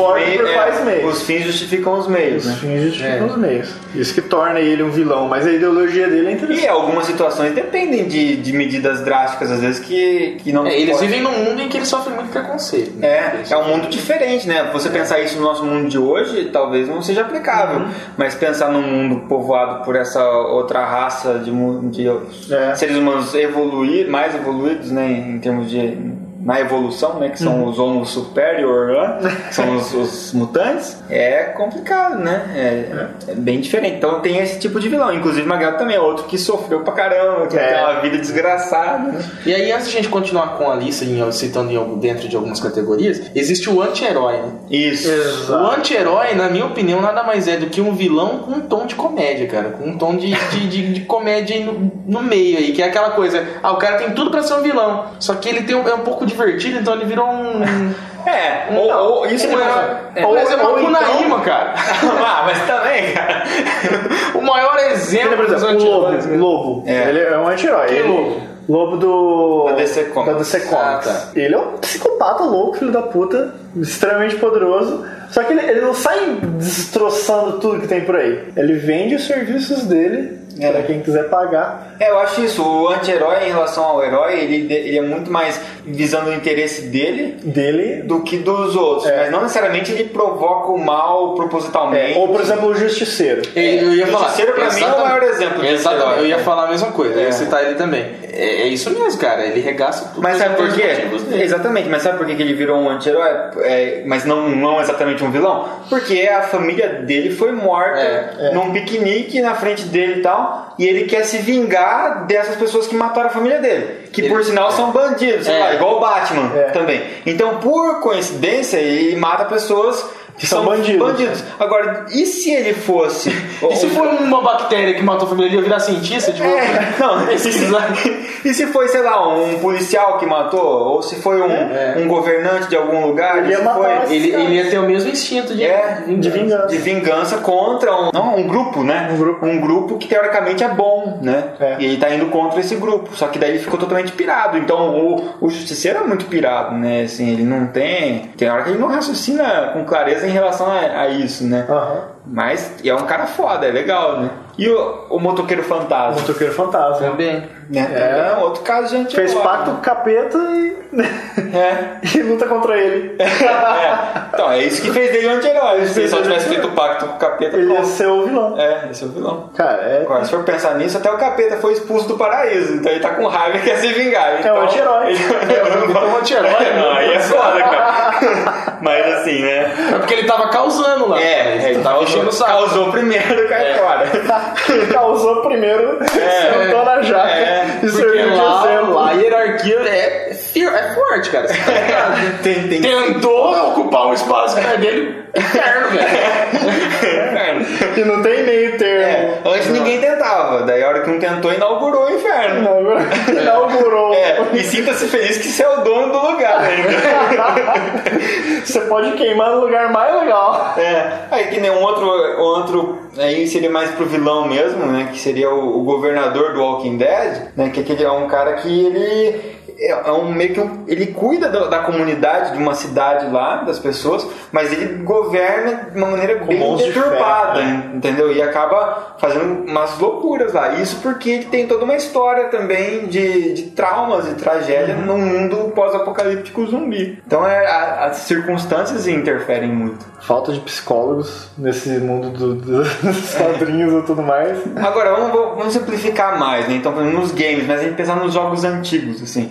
fins justificam os meios. Os fins justificam os meios. Isso que torna ele um vilão, mas a ideologia dele é interessante. E algumas situações dependem de medidas drásticas, às vezes, que não... eles vivem num mundo em que eles sofrem muito preconceito. Né? É um mundo diferente, né? Você pensar isso no nosso mundo de hoje, talvez não seja aplicável. Mas pensar num mundo povoado por essa outra raça de seres humanos mais evoluídos, né? Em termos de... na evolução, né, que são os Homo Superior, né? São os mutantes, é complicado, né? É bem diferente. Então tem esse tipo de vilão. Inclusive Magneto também é outro que sofreu pra caramba, que tem uma vida desgraçada. Né? E aí, antes de a gente continuar com a lista, citando dentro de algumas categorias, existe o anti-herói, né? Isso. Exato. O anti-herói, na minha opinião, nada mais é do que um vilão com um tom de comédia, cara. Com um tom de comédia no meio aí, que é aquela coisa, o cara tem tudo pra ser um vilão, só que ele é um pouco divertido, então ele virou um... isso ou é uma Kunaíma, cara. Mas também, cara. O maior exemplo dos anti-heróis. Lobo. Ele é um anti-herói. Que Lobo? Lobo da DC Comics. Tá. Ele é um psicopata louco, filho da puta, extremamente poderoso. Só que ele não sai destroçando tudo que tem por aí. Ele vende os serviços dele pra quem quiser pagar. Eu acho isso. O anti-herói, em relação ao herói, ele é muito mais visando o interesse dele do que dos outros. Mas não necessariamente ele provoca o mal propositalmente. Ou, por exemplo, o Justiceiro. Eu ia falar. O Justiceiro, pra mim, é o maior exemplo. Exatamente. Eu ia falar a mesma coisa. Eu ia citar ele também. É isso mesmo, cara. Ele regaça tudo. Mas sabe por quê? Exatamente. Mas sabe por que ele virou um anti-herói? Mas não exatamente um vilão? Porque a família dele foi morta num piquenique na frente dele e tal. E ele quer se vingar dessas pessoas que mataram a família dele. Que por sinal são bandidos, sei lá, igual o Batman também. Então, por coincidência, ele mata pessoas que são bandidos. Agora, e se ele fosse... E se for uma bactéria que matou a família, ele ia virar cientista? E se foi, sei lá, um policial que matou? Ou se foi um governante de algum lugar? Ele ia ter o mesmo instinto de vingança. De vingança contra um grupo, né? Um grupo que teoricamente é bom, né? E ele tá indo contra esse grupo. Só que daí ele ficou totalmente pirado. Então, o Justiceiro é muito pirado, né? Assim, ele não tem... Tem hora que ele não raciocina com clareza em relação a isso, né? Mas é um cara foda, é legal, né? E o Motoqueiro Fantasma? O Motoqueiro Fantasma. Também. Né? É outro caso de anti-herói. Fez pacto com o capeta e luta contra ele. Então, é isso que fez dele um anti-herói. Se ele só tivesse feito pacto com o capeta, ele ia ser o vilão. Ia ser o vilão. Cara, agora, se for pensar nisso, até o capeta foi expulso do paraíso. Então ele tá com raiva e quer se vingar. Então, é um anti-herói. É um anti-herói. Não, aí é foda, cara. Mas assim, né? É porque ele tava causando lá. Ele tava enchendo o saco. Causou primeiro, cai fora. Causou primeiro, sentou na jaca e serviu de exemplo. Lá a hierarquia é forte, cara. Tentou ocupar o espaço que é dele, inferno, velho. E não tem meio termo. Antes ninguém tentava, daí a hora que um tentou, inaugurou o inferno. Inaugurou. E sinta-se feliz que você é o dono do lugar ainda. Você pode queimar no lugar mais legal. Aí que nem um outro aí seria mais pro vilão mesmo, né? Que seria o governador do Walking Dead, né? Que aquele é um cara que ele ele cuida da comunidade de uma cidade lá, das pessoas, mas ele governa de uma maneira bem deturpada, entendeu? E acaba fazendo umas loucuras lá. Isso porque ele tem toda uma história também de traumas e tragédia num mundo pós-apocalíptico zumbi. Então as circunstâncias interferem muito. Falta de psicólogos nesse mundo dos quadrinhos e tudo mais. Agora, vamos simplificar mais, né? Então, nos games, mas a gente pensar nos jogos antigos, assim.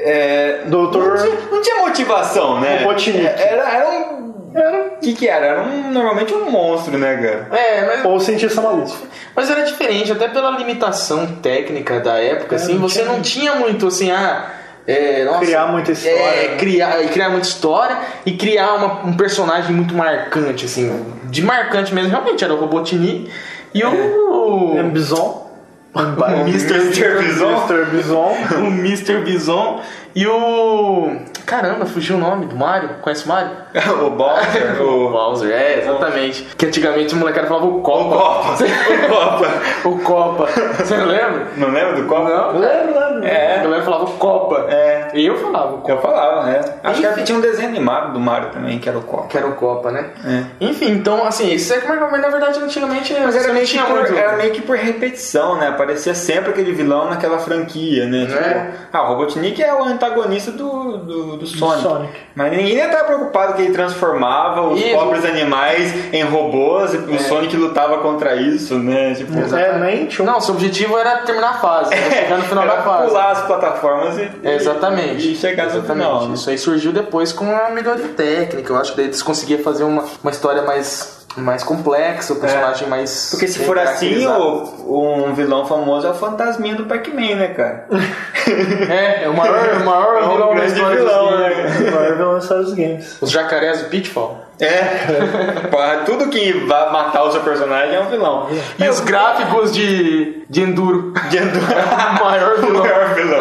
Não tinha motivação, né? Robotnik. Era o que era? Era normalmente um monstro, né, cara? Ou cientista maluco. Mas era diferente, até pela limitação técnica da época, assim, você não tinha muito, assim, criar muita história. Criar muita história e criar um personagem muito marcante, assim. De marcante mesmo, realmente, era o Robotnik e o Bison. Mr. Bison. O Mr. Bison e o... Caramba, fugiu o nome do Mario. Conhece o Mario? O Bowser. O Bowser, exatamente. Que antigamente o molecada falava o Copa. O Copa. Você não lembra? Não lembra do Copa? Não lembro. A galera falava o Copa. E eu falava o Copa. Eu falava, Acho que tinha um desenho animado do Mario também, que era o Copa. Que era o Copa, né? Enfim, então, assim, isso é que na verdade antigamente... Mas era meio que por repetição, né? Aparecia sempre aquele vilão naquela franquia, né? Tipo, o Robotnik é o antagonista do Sonic. Mas ninguém ia estar preocupado que ele transformava os pobres animais em robôs e o Sonic lutava contra isso, né? Tipo, não, seu objetivo era terminar a fase, chegar no final da fase. Pular as plataformas Exatamente. E chegar no final. Né? Isso aí surgiu depois com a melhoria técnica. Eu acho que daí eles conseguiam fazer uma história mais complexa, o personagem mais... Porque se for assim, um vilão famoso é o Fantasminha do Pac-Man, né, cara? É o maior vilão da história dos games. O maior vilão da história dos games. Os jacarés do Pitfall. Tudo que vai matar o seu personagem é um vilão. E os gráficos de Enduro. O maior vilão.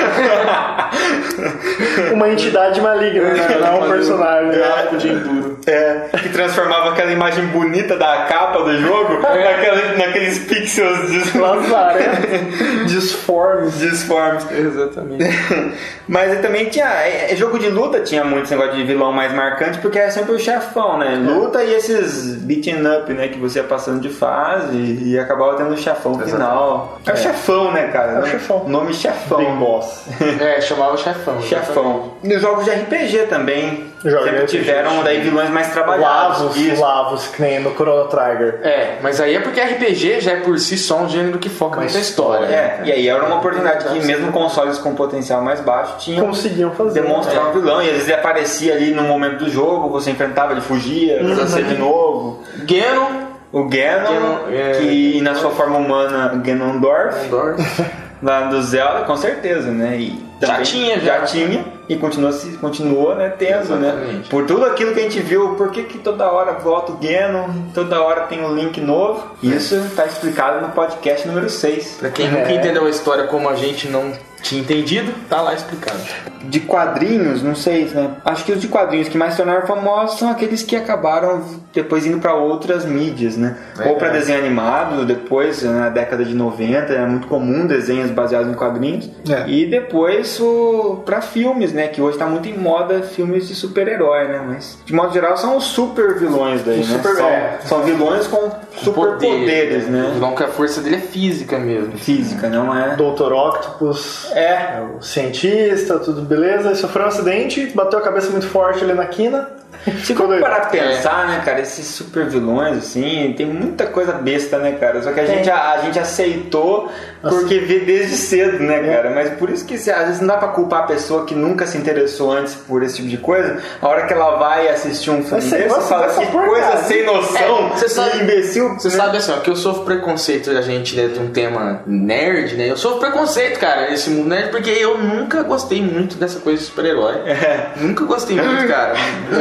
Uma entidade maligna, né? Não um personagem. Gráfico de Enduro. Que transformava aquela imagem bonita da capa do jogo naqueles pixels disformes. Exatamente. Mas também tinha... Jogo de luta tinha muito esse negócio de vilão mais marcante, porque era sempre o chefão, né? Luta e esses beating up, né? Que você ia passando de fase e acabava tendo o chefão final. É o chefão, né, cara? É o chefão. Nome chefão. Big Boss. Chamava chefão. E os jogos de RPG também. Sempre tiveram daí vilões mais trabalhados. Lavos, que nem no Chrono Trigger. Mas aí é porque RPG já é por si só um gênero que foca muita história. E aí era uma oportunidade que mesmo consoles com potencial mais baixo conseguiam fazer. Demonstrar um vilão. E às vezes ele aparecia ali no momento do jogo, você enfrentava, ele fugia, aparecia de novo. O Ganon, que na sua forma humana, Ganondorf. Lá do Zelda, com certeza, né? E já tinha e continua, né, tendo, né? Por tudo aquilo que a gente viu, por que toda hora volta o Ganon, toda hora tem um link novo. Isso tá explicado no podcast número 6. Pra quem nunca entendeu a história como a gente não tinha entendido, tá lá explicado. De quadrinhos, não sei, né? Acho que os de quadrinhos que mais se tornaram famosos são aqueles que acabaram depois indo pra outras mídias, né? Ou pra desenho animado, depois, na década de 90, era muito comum desenhos baseados em quadrinhos. E depois pra filmes, né? Que hoje tá muito em moda filmes de super-herói, né? Mas, de modo geral, são os super vilões daí, né? São vilões com superpoderes, né? O vilão que a força dele é física mesmo. Física, não é? Dr. Octopus, o cientista, tudo beleza. Ele sofreu um acidente, bateu a cabeça muito forte ali na quina. Se for parar pra pensar, né, cara, esses super vilões, assim, tem muita coisa besta, né, cara? Só que a gente aceitou porque vê desde cedo, né, cara? Mas por isso que às vezes não dá pra culpar a pessoa que nunca se interessou antes por esse tipo de coisa. A hora que ela vai assistir um filme desse, você fala, que coisa sem noção, que imbecil. Você sabe assim, ó, que eu sofro preconceito da gente, né, de um tema nerd, né? Eu sofro preconceito, cara, esse mundo nerd, porque eu nunca gostei muito dessa coisa de super-herói. Nunca gostei muito, cara.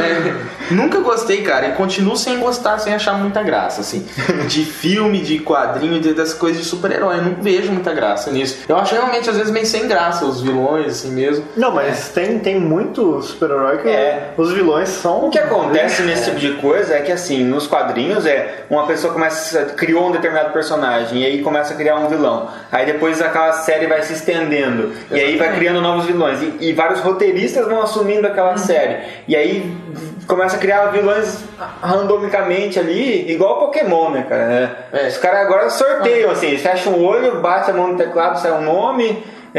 Nunca gostei, cara, e continuo sem gostar, sem achar muita graça, assim, de filme, de quadrinho, dessas coisas de super-herói. Eu não vejo muita graça nisso. Eu acho realmente, às vezes, meio sem graça os vilões, assim mesmo. Não, mas tem muito super-herói que os vilões são... O que acontece nesse tipo de coisa é que, assim, nos quadrinhos uma pessoa criou um determinado personagem e aí começa a criar um vilão. Aí depois aquela série vai se estendendo. Exatamente. E aí vai criando novos vilões. E vários roteiristas vão assumindo aquela série. E aí começa a criar vilões randomicamente ali, igual Pokémon, né, cara? Os caras agora sorteiam, assim, eles fecham o olho, bate a mão no teclado, sai um nome,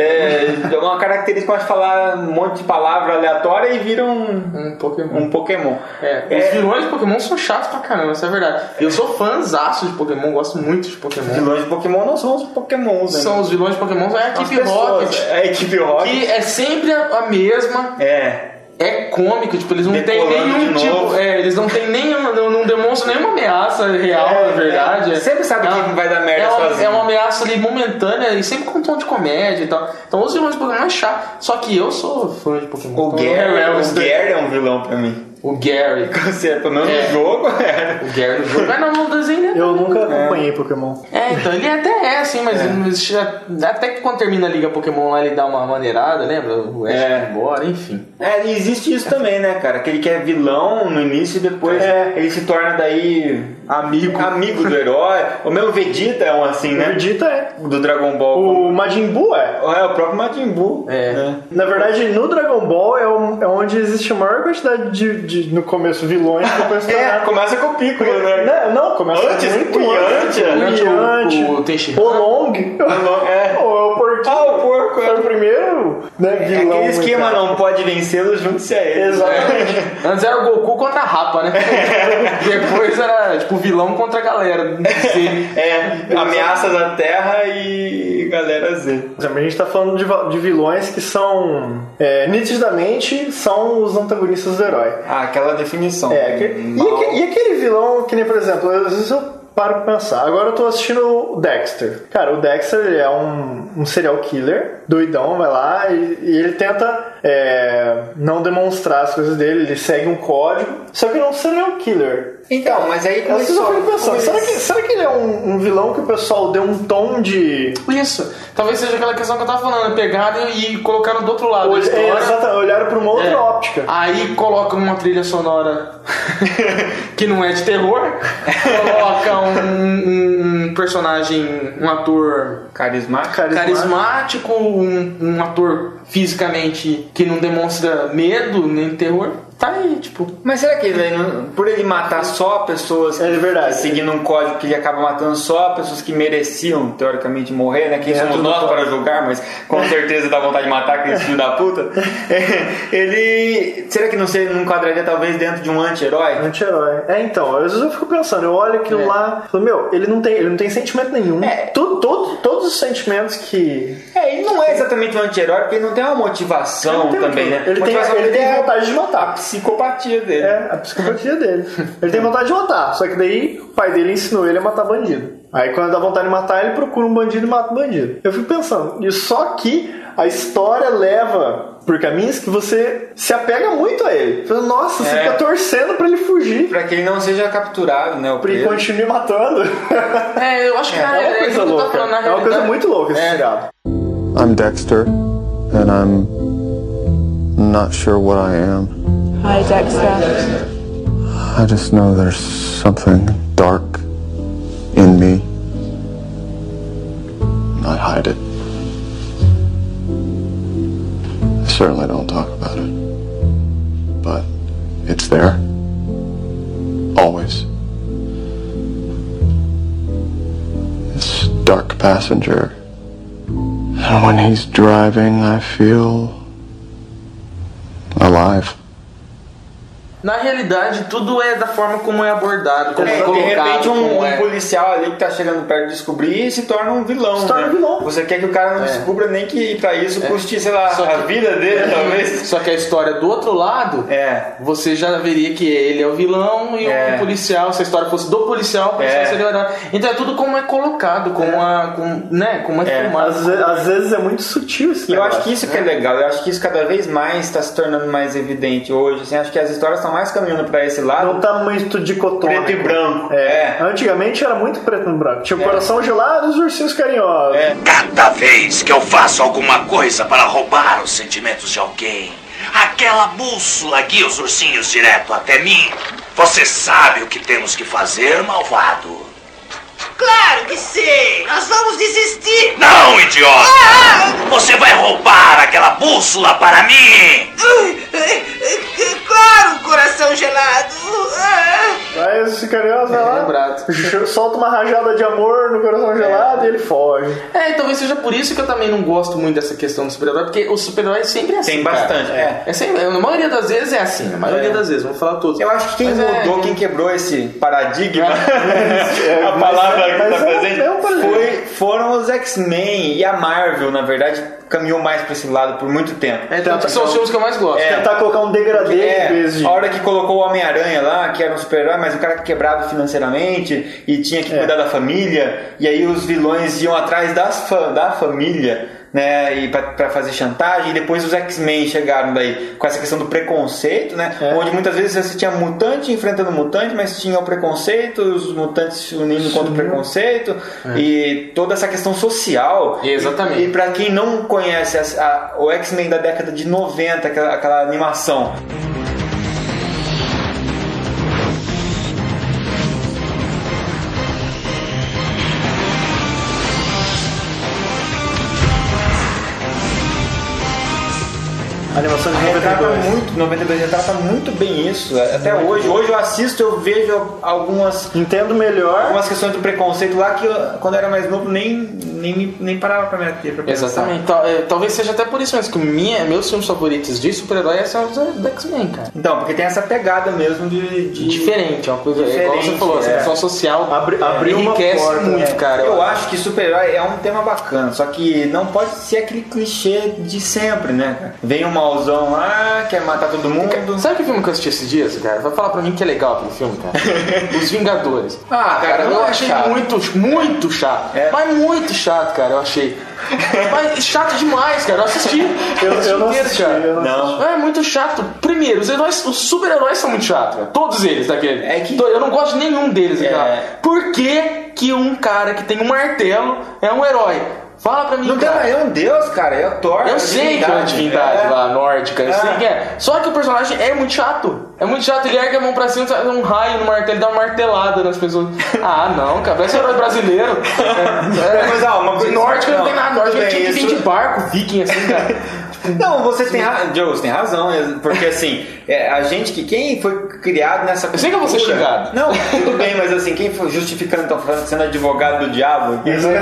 uma característica pode falar um monte de palavra aleatória e viram um Pokémon. Os vilões de Pokémon são chatos pra caramba, isso é verdade. Eu sou fãzaço de Pokémon, gosto muito de Pokémon. Os vilões de Pokémon não são os Pokémons, né? São os vilões de Pokémon, é a equipe Rocket. É a equipe Rocket. Que é sempre a mesma. É cômico, tipo, eles não têm nenhum tipo. Eles não têm não demonstram nenhuma ameaça real, na verdade. Sempre sabe que vai dar merda sozinho. É uma ameaça ali momentânea e sempre com um tom de comédia e tal. Então os vilões de Pokémon é chato. Só que eu sou fã de Pokémon. O Gary é um vilão pra mim. O Gary. Pelo menos no jogo era. O Gary no jogo. Mas não, no desenho eu nunca acompanhei Pokémon. Então ele até assim, mas até que quando termina a Liga Pokémon lá ele dá uma maneirada, lembra? O Ash vai embora, enfim. E existe isso também, né, cara? Que ele quer vilão no início e depois ele se torna daí amigo do herói. O mesmo Vegeta é um assim, né? O Vegeta do Dragon Ball. O Majin Buu o próprio Majin Buu. Na verdade, no Dragon Ball é onde existe a maior quantidade de no começo vilões que depois começa com o Piccolo, né? Não, começa antes, muito antes. O Tenshinhan. O Long. O Porquinho. O porco era o primeiro, né, vilão. Aquele esquema não pode vencê-los, junte-se a ele. Exatamente. Antes era o Goku contra a Rapa, né? Depois era tipo vilão contra a galera. Ameaça da Terra e galera Z. Também a gente tá falando de vilões que são nitidamente são os antagonistas do herói. Aquela definição. E aquele vilão que nem, por exemplo, às vezes eu paro pra pensar. Agora eu tô assistindo o Dexter. Cara, o Dexter ele é um serial killer, doidão, vai lá e ele tenta não demonstrar as coisas dele, ele segue um código, só que ele é um serial killer. Então, mas aí será que ele é um vilão que o pessoal deu um tom de... Isso, talvez seja aquela questão que eu tava falando, pegaram e colocaram do outro lado da história. Olharam pra uma outra óptica. Aí colocam uma trilha sonora que não é de terror, coloca um personagem, um ator carismático, um ator fisicamente que não demonstra medo nem terror. Tá aí, tipo... Mas será que por ele matar só pessoas seguindo um código que ele acaba matando só pessoas que mereciam, teoricamente, morrer, né? Quem somos nós para julgar, mas com certeza dá vontade de matar aquele filho da puta. Será que não enquadraria talvez dentro de um anti-herói? Anti-herói. Então, às vezes eu fico pensando, eu olho aquilo lá e falo, ele não tem sentimento nenhum. Todos os sentimentos que... ele não é exatamente um anti-herói, porque ele não tem uma motivação também, né? Ele tem vontade de matar. Psicopatia dele. A psicopatia dele. Ele tem vontade de matar, só que daí o pai dele ensinou ele a matar bandido. Aí quando dá vontade de matar, ele procura um bandido e mata o bandido. Eu fico pensando, e só que a história leva por caminhos que você se apega muito a ele. Nossa, você fica torcendo pra ele fugir. Pra que ele não seja capturado, né? Pra ele continue matando. Eu acho que é uma coisa louca. É uma coisa muito louca esse seriado. I'm Dexter, and I'm not sure what I am. Hi, Dexter. I just know there's something dark in me. I hide it. certainly don't talk about it. But it's there. Always. This dark passenger. And when he's driving, I feel alive. Na realidade, tudo é da forma como é abordado, como é colocado. De repente, um policial ali que tá chegando perto de descobrir se torna um vilão. Se torna um vilão. Você quer que o cara não descubra nem que pra isso custe, sei lá, a vida dele, talvez. Só que a história do outro lado, você já veria que ele é o vilão e o policial, se a história fosse do policial, o policial seria o herói. Então é tudo como é colocado, como é filmado. Às vezes é muito sutil isso. E eu acho que isso que é legal, eu acho que isso cada vez mais está se tornando mais evidente hoje. Assim, acho que as histórias estão mais caminhando pra esse lado. Não tá muito dicotômico. Preto e branco. Antigamente era muito preto e branco. Tinha o coração gelado e os ursinhos carinhosos. Cada vez que eu faço alguma coisa para roubar os sentimentos de alguém, aquela bússola guia os ursinhos direto até mim. Você sabe o que temos que fazer, malvado? Claro que sei! Nós vamos desistir! Não, idiota! Você vai roubar aquela bússola para mim! Claro, coração gelado! Aí esse carinhoso vai lá, solta uma rajada de amor no coração gelado e ele foge. Talvez seja por isso que eu também não gosto muito dessa questão do super-herói, porque o super-herói sempre é assim. Tem bastante, na maioria das vezes é assim, na maioria das vezes, vamos falar todos. Eu acho que quem mudou, quem quebrou esse paradigma, a palavra que está presente, foram os X-Men e a Marvel, na verdade, caminhou mais pra esse lado por muito tempo. São os filmes que eu mais gosto. Tentar colocar um degradê em vez de... A hora que colocou o Homem-Aranha lá, que era um super-herói, mas um cara quebrado financeiramente e tinha que cuidar da família, e aí os vilões iam atrás da família, né, e pra fazer chantagem, e depois os X-Men chegaram daí com essa questão do preconceito, né, onde muitas vezes você tinha mutante enfrentando mutante, mas tinha o preconceito, os mutantes se unindo contra o preconceito, e toda essa questão social. Exatamente. E pra quem não conhece o X-Men da década de 90, aquela animação, A animação de 92 retrata muito bem isso. Até hoje. Hoje eu assisto, eu vejo algumas... Entendo melhor. Algumas questões do preconceito lá que eu, quando eu era mais novo, nem parava pra me ater. Exatamente. Talvez seja até por isso mesmo que meus filmes favoritos de super-herói são os do X-Men, cara. Então, porque tem essa pegada mesmo de... Diferente, é uma coisa... Igual você falou, essa questão social enriquece muito, cara. Eu acho que super-herói é um tema bacana, só que não pode ser aquele clichê de sempre, né, cara? Vem uma mauzão lá, quer matar todo mundo. Sabe que filme que eu assisti esses dias, cara? Vai falar pra mim que é legal aquele filme, cara. Os Vingadores. Cara, eu achei muito chato. Mas muito chato, cara, eu achei. Mas chato demais, cara. Eu assisti. Eu não assisti, cara. Não. É muito chato. Primeiro, os super-heróis são muito chatos, cara. Todos eles, daquele. Eu não gosto de nenhum deles, cara. Por que um cara que tem um martelo é um herói? Fala pra mim, não, cara. É um deus, cara. É o Thor. Eu sei que é uma divindade lá, nórdica. Eu sei que é. Só que o personagem é muito chato. É muito chato. Ele ergue a mão pra cima, dá um raio no martelo, dá uma martelada nas pessoas. Não, cara. Parece herói brasileiro. Mas, uma coisa nórdica não tem nada. Nórdica tinha que vir de barco, viking, assim, cara. Não, você tem razão, porque assim, a gente quem foi criado nessa cultura... Eu sei que eu vou ser xingado. Não, tudo bem, mas assim, quem foi justificando, então, sendo advogado do diabo,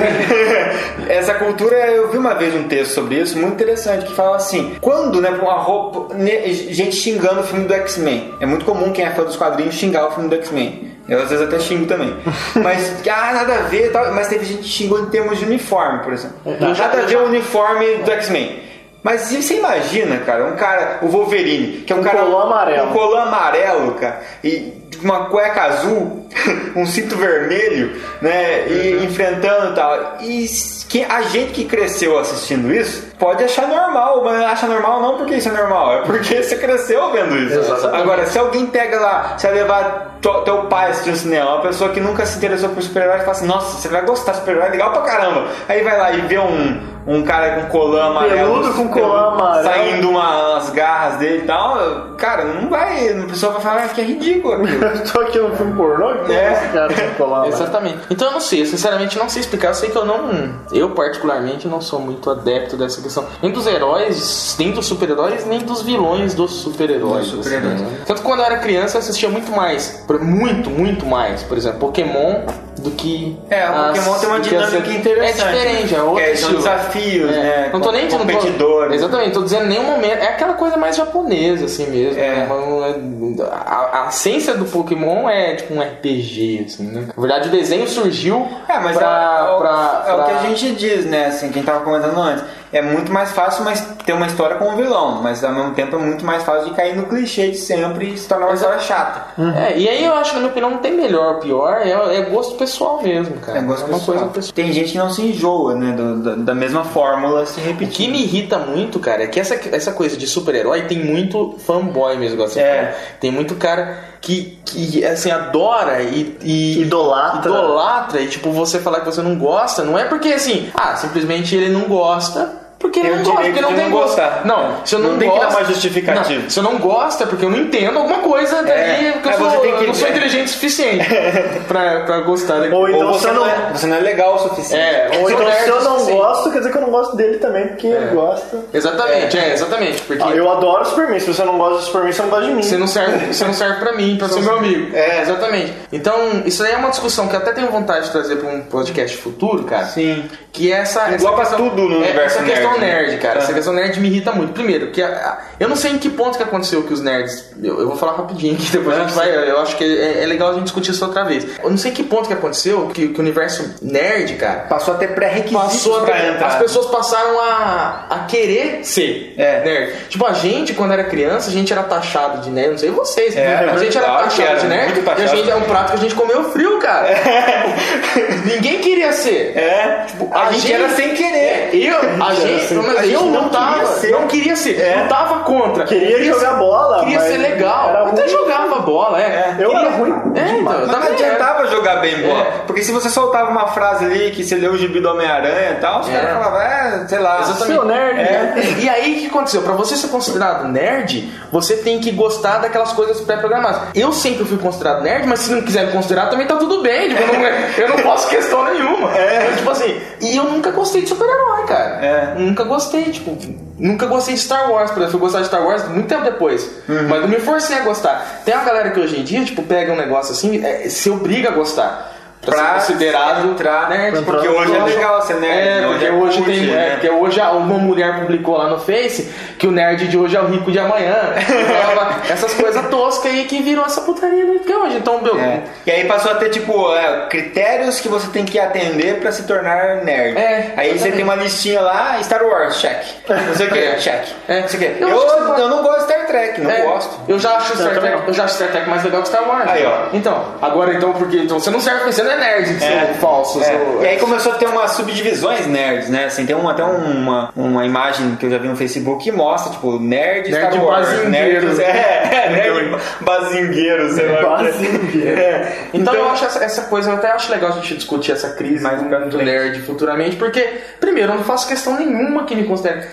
essa cultura, eu vi uma vez um texto sobre isso, muito interessante, que fala assim, quando, né, uma roupa, gente xingando o filme do X-Men, é muito comum quem é fã dos quadrinhos xingar o filme do X-Men. Eu às vezes até xingo também. Mas, nada a ver, mas teve gente que xingou em termos de uniforme, por exemplo. Nada a ver o uniforme do X-Men. Mas você imagina, cara, o Wolverine, que é um cara com colã amarelo, cara, e uma cueca azul, um cinto vermelho, né, e enfrentando e tal. E a gente que cresceu assistindo isso pode achar normal, mas acha normal não porque isso é normal, é porque você cresceu vendo isso. Exatamente. Agora, se alguém pega lá, você vai levar teu pai assistir no cinema, uma pessoa que nunca se interessou por super-herói, e fala assim, nossa, você vai gostar de super-herói, é legal pra caramba. Aí vai lá e vê um cara com colã amarelo, peludo com colã amarelo, saindo umas garras dele e tal, cara, não vai e a pessoa vai falar que é ridículo. Eu tô aqui no filme pornô, Exatamente. Então eu não sei, eu sinceramente não sei explicar. Eu sei que eu particularmente não sou muito adepto dessa questão, nem dos heróis, nem dos super-heróis, nem dos vilões dos super-heróis. Tanto que quando eu era criança eu assistia muito mais, muito mais, por exemplo, Pokémon do que... o Pokémon tem uma dinâmica interessante. É diferente, é outro são desafios, né? Não tô nem dizendo competidores. Exatamente, tô dizendo em nenhum momento. É aquela coisa mais japonesa, assim mesmo. A essência do Pokémon é tipo um RPG, assim, né? Na verdade, o desenho surgiu mas é o que a gente diz, né? Assim, quem tava comentando antes. É muito mais fácil ter uma história com um vilão, mas ao mesmo tempo é muito mais fácil de cair no clichê de sempre e se tornar uma história chata. E aí eu acho que na minha opinião não tem melhor ou pior, é gosto pessoal mesmo, cara. É gosto pessoal. Tem gente que não se enjoa, né, da mesma fórmula se repetir. O que me irrita muito, cara, é que essa coisa de super-herói tem muito fanboy mesmo, igual você falou. Tem muito cara que assim, adora e idolatra e tipo, você falar que você não gosta, não é porque assim, simplesmente ele não gosta. Porque tem não gosta, porque não tem gosto. Não, se eu não tem gosto, que dar mais justificativo. Não, se eu não gosto é porque eu não entendo alguma coisa dali, porque eu não sou inteligente o suficiente pra gostar daquilo. Ou então você não é legal o suficiente. Ou então se eu não gosto, quer dizer que eu não gosto dele também, porque ele gosta. Exatamente, exatamente. Porque eu adoro o Superman, se você não gosta do Superman, você não gosta de mim. Você não serve pra mim, pra ser meu amigo. Exatamente. Então, isso aí é uma discussão que eu até tenho vontade de trazer pra um podcast futuro, cara. Sim. Que é essa questão, tudo no universo essa questão nerd, cara. Essa questão nerd me irrita muito. Primeiro, que eu não sei em que ponto que aconteceu que os nerds... Eu vou falar rapidinho aqui, depois a gente vai... Eu acho que é legal a gente discutir isso outra vez. Eu não sei em que ponto que aconteceu que o universo nerd, cara... Passou a ter pré-requisitos pra entrar. As pessoas passaram a querer ser nerd. Tipo, a gente, quando era criança, a gente era taxado de nerd. Não sei vocês. A gente era taxado de nerd. E a gente é um prato que a gente comeu frio, cara. Ninguém queria ser. Tipo, a gente era sem querer. Eu não queria ser. Não tava contra. Queria jogar bola. Queria ser legal. Eu até jogava bola, Eu era ruim. Então, não adiantava jogar bem bola. Porque se você soltava uma frase ali que você leu o gibi do Homem-Aranha e tal, os caras falavam, sei lá. Exatamente. Seu nerd. E aí o que aconteceu? Pra você ser considerado nerd, você tem que gostar daquelas coisas pré-programadas. Eu sempre fui considerado nerd, mas se não quiser me considerar, também tá tudo bem. Tipo, eu não posso questão nenhuma. Então, tipo assim, e eu nunca gostei de super-herói, cara. Nunca gostei, tipo, nunca gostei de Star Wars, por exemplo. Eu fui gostar de Star Wars muito tempo depois. Mas não me forcei a gostar. Tem uma galera que hoje em dia, tipo, pega um negócio assim, se obriga a gostar. Pra ser considerado entrar, nerd, porque hoje é legal ser nerd. Porque hoje tem. Porque hoje uma mulher publicou lá no Face que o nerd de hoje é o rico de amanhã. Essas coisas toscas aí que virou essa putaria que hoje. Então, E aí passou a ter, tipo, critérios que você tem que atender pra se tornar nerd. Aí você tem uma listinha lá, Star Wars, check. Não sei o que, check. Não sei o que. Eu não gosto de Star Trek, não gosto. Eu já acho Star Trek mais legal que Star Wars. Aí, ó. Então, agora porque você não serve pensando nerd, que são falsos. E aí começou a ter umas subdivisões nerds, né? Assim, tem até uma imagem que eu já vi no Facebook que mostra, tipo, nerd Star Wars. Bazingueiros. Nerd bazingueiros, sei lá. Então eu acho essa coisa, eu até acho legal a gente discutir essa crise mais do nerd futuramente, porque, primeiro, eu não faço questão nenhuma que me considere.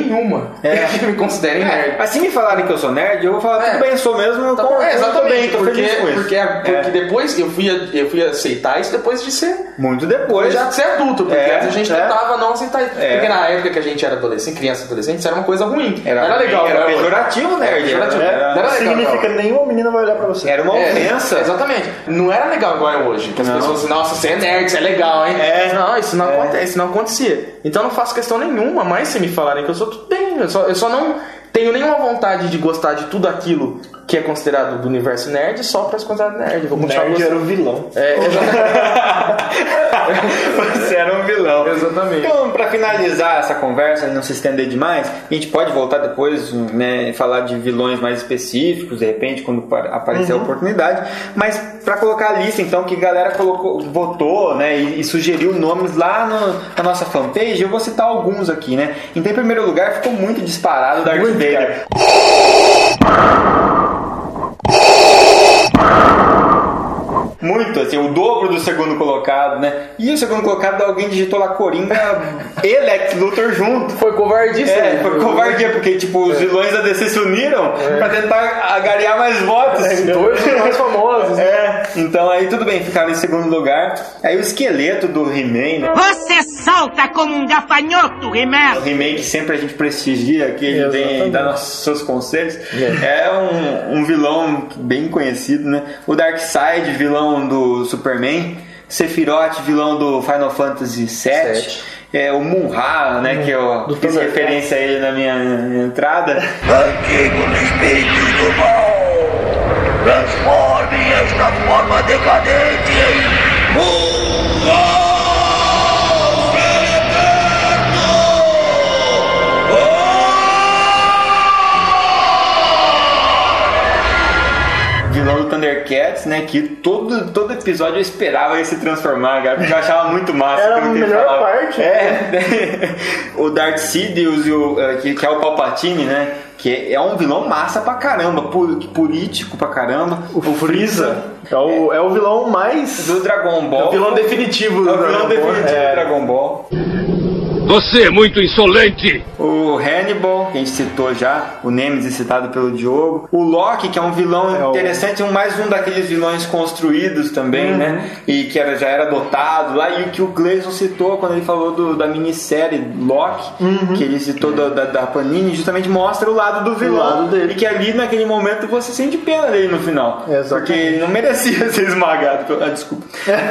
Que me considerem nerd. Mas se me falarem que eu sou nerd, eu vou falar, tudo bem, eu sou mesmo, exatamente, tô feliz com isso. Porque depois eu fui aceitar isso depois de ser... Muito depois. Já de ser adulto, porque a gente tentava não aceitar isso. Porque na época que a gente era adolescente, criança e adolescente, isso era uma coisa ruim. Era legal. Era pejorativo, nerd. Não significa nenhuma menina vai olhar pra você. Era uma ofensa. Exatamente. Não era legal igual é hoje. Que as pessoas assim, nossa, você é nerd, você é legal, hein? Não, isso não acontece, isso não acontecia. Então eu não faço questão nenhuma, mas se me falarem que eu sou, tudo bem. Eu só não tenho nenhuma vontade de gostar de tudo aquilo que é considerado do universo nerd só pra se considerar nerd. Vou nerd era o vilão. Você era um vilão. Exatamente. Então, pra finalizar essa conversa e não se estender demais, a gente pode voltar depois, né, falar de vilões mais específicos, de repente, quando aparecer a oportunidade. Mas pra colocar a lista, então, que a galera votou, né, e sugeriu nomes lá na nossa fanpage, eu vou citar alguns aqui, né. Então, em primeiro lugar, ficou muito disparado o Darth Vader. Muito, assim, o dobro dos segundo colocado, né? E o segundo colocado, alguém digitou lá Coringa e Lex Luthor junto. Foi covardia. Foi covardia, porque tipo, os vilões da DC se uniram pra tentar agariar mais votos. Dois dos mais famosos. Então aí tudo bem, ficaram em segundo lugar. Aí o esqueleto do He-Man, né? Você salta como um gafanhoto, He-Man! O He-Man que sempre a gente prestigia, que ele vem dar seus conselhos. É um vilão bem conhecido, né? O Darkseid, vilão do Superman. Sephiroth, vilão do Final Fantasy VII. O Munra, né? Que eu fiz referência a ele na minha entrada. Antigos espíritos do mal, transformem esta forma decadente em Munra! Vilão do Thundercats, né? Que todo episódio eu esperava ele se transformar, cara, porque eu achava muito massa. Era a melhor parte. O Darth Sidious, que é o Palpatine, né? Que é um vilão massa pra caramba, político pra caramba. O Freeza é o vilão mais... do Dragon Ball. É o vilão definitivo do Dragon Ball. Você é muito insolente! O Hannibal, que a gente citou já, o Nemesis citado pelo Diogo. O Loki, que é um vilão interessante, mais um daqueles vilões construídos também, né? E que já era dotado lá, e o que o Gleison citou quando ele falou da minissérie Loki, que ele citou da Panini, justamente mostra o lado do vilão. O lado dele. E que ali, naquele momento, você sente pena dele no final. Exatamente. Porque ele não merecia ser esmagado. Desculpa.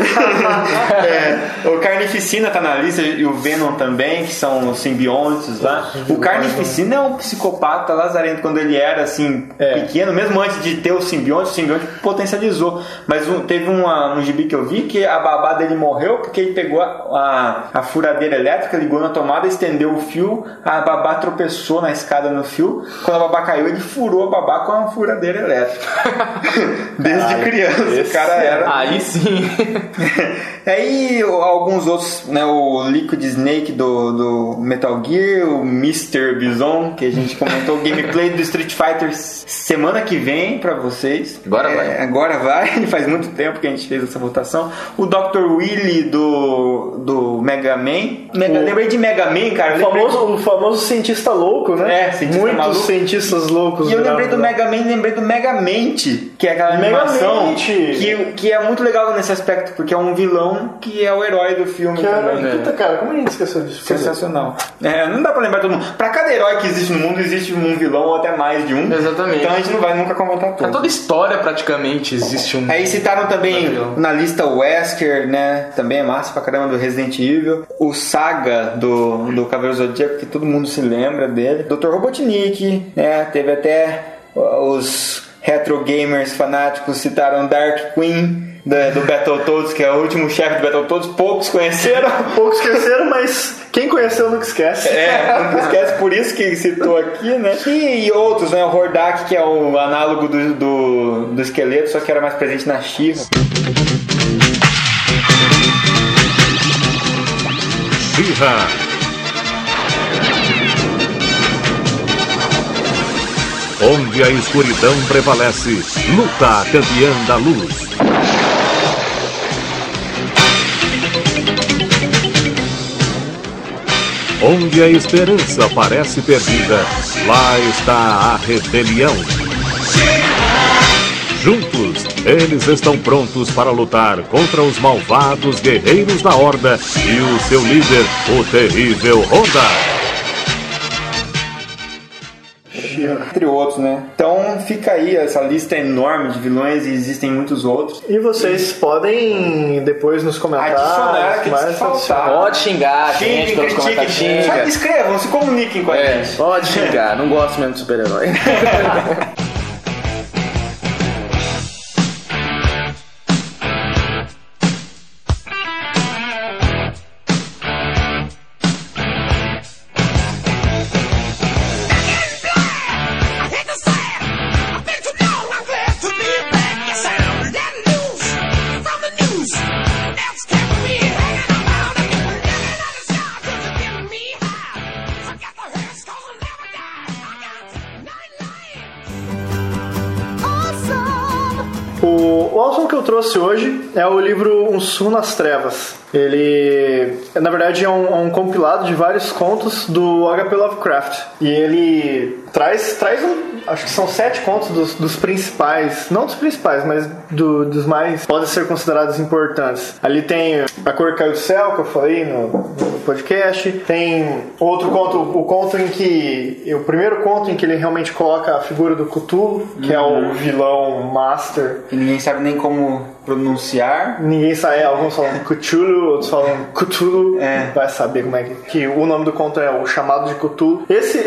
O Carnificina tá na lista, e o Venom também, que são os simbiontes lá. O Carnificina é um psicopata lazarento quando ele era assim, pequeno, mesmo antes de ter o simbionte potencializou. Mas teve um gibi que eu vi que a babá dele morreu porque ele pegou a furadeira elétrica, ligou na tomada, estendeu o fio, a babá tropeçou na escada no fio. Quando a babá caiu, ele furou a babá com a furadeira elétrica. Desde criança. O cara era. Aí sim. Aí alguns outros, né? O Liquid Snake do Metal Gear, o Mr. Bison, que a gente comentou, o gameplay do Street Fighter semana que vem pra vocês. Agora vai. Faz muito tempo que a gente fez essa votação. O Dr. Willy do Mega Man. Lembrei de Mega Man, cara. O famoso cientista louco, né? Cientista Muitos maluco. Cientistas loucos. E eu lembrei do Mega Man, lembrei do Megamente, que é aquela animação que é muito legal nesse aspecto, porque é um vilão que é o herói do filme também. Puta, cara, como a gente esqueceu disso? Sensacional. Não dá pra lembrar todo mundo. Pra cada herói que existe no mundo, existe um vilão ou até mais de um. Exatamente. Então a gente não vai nunca comentar tudo. Pra toda história, praticamente, existe um... Aí citaram também na lista o Wesker, né? Também é massa pra caramba, do Resident Evil. O Saga do Cavaleiro Zodíaco, que todo mundo se lembra dele. Dr. Robotnik, né? Teve até os retro gamers fanáticos citaram Dark Queen do Battletoads, que é o último chefe do Battletoads. Poucos conheceram, mas quem conheceu nunca esquece. Nunca esquece, por isso que citou aqui, né? E outros, né? O Hordak, que é o análogo do esqueleto, só que era mais presente na She-Ra. She-Ra. Onde a escuridão prevalece, luta a campeã da luz. Onde a esperança parece perdida, lá está a rebelião. Juntos, eles estão prontos para lutar contra os malvados guerreiros da Horda e o seu líder, o terrível Honda. Entre outros, né? Então fica aí essa lista enorme de vilões e existem muitos outros. E vocês podem depois nos comentários adicionar aqueles que pode xingar, gente, pelos comentários. Só escrevam, se comuniquem com a gente. Pode xingar, não gosto mesmo de super-herói. O álbum que eu trouxe hoje é o livro Um Sussurro nas Trevas. Ele, na verdade, é um compilado de vários contos do H.P. Lovecraft. E ele traz acho que são 7 contos dos principais, não dos principais, mas dos mais podem ser considerados importantes. Ali tem A Cor Caiu do Céu, que eu falei no podcast. Tem outro conto, o primeiro conto em que ele realmente coloca a figura do Cthulhu, que é o vilão master. Que ninguém sabe nem como pronunciar. Ninguém sabe, alguns falam Cthulhu, outros falam Cthulhu. Vai saber como é que o nome do conto é o chamado de Cthulhu.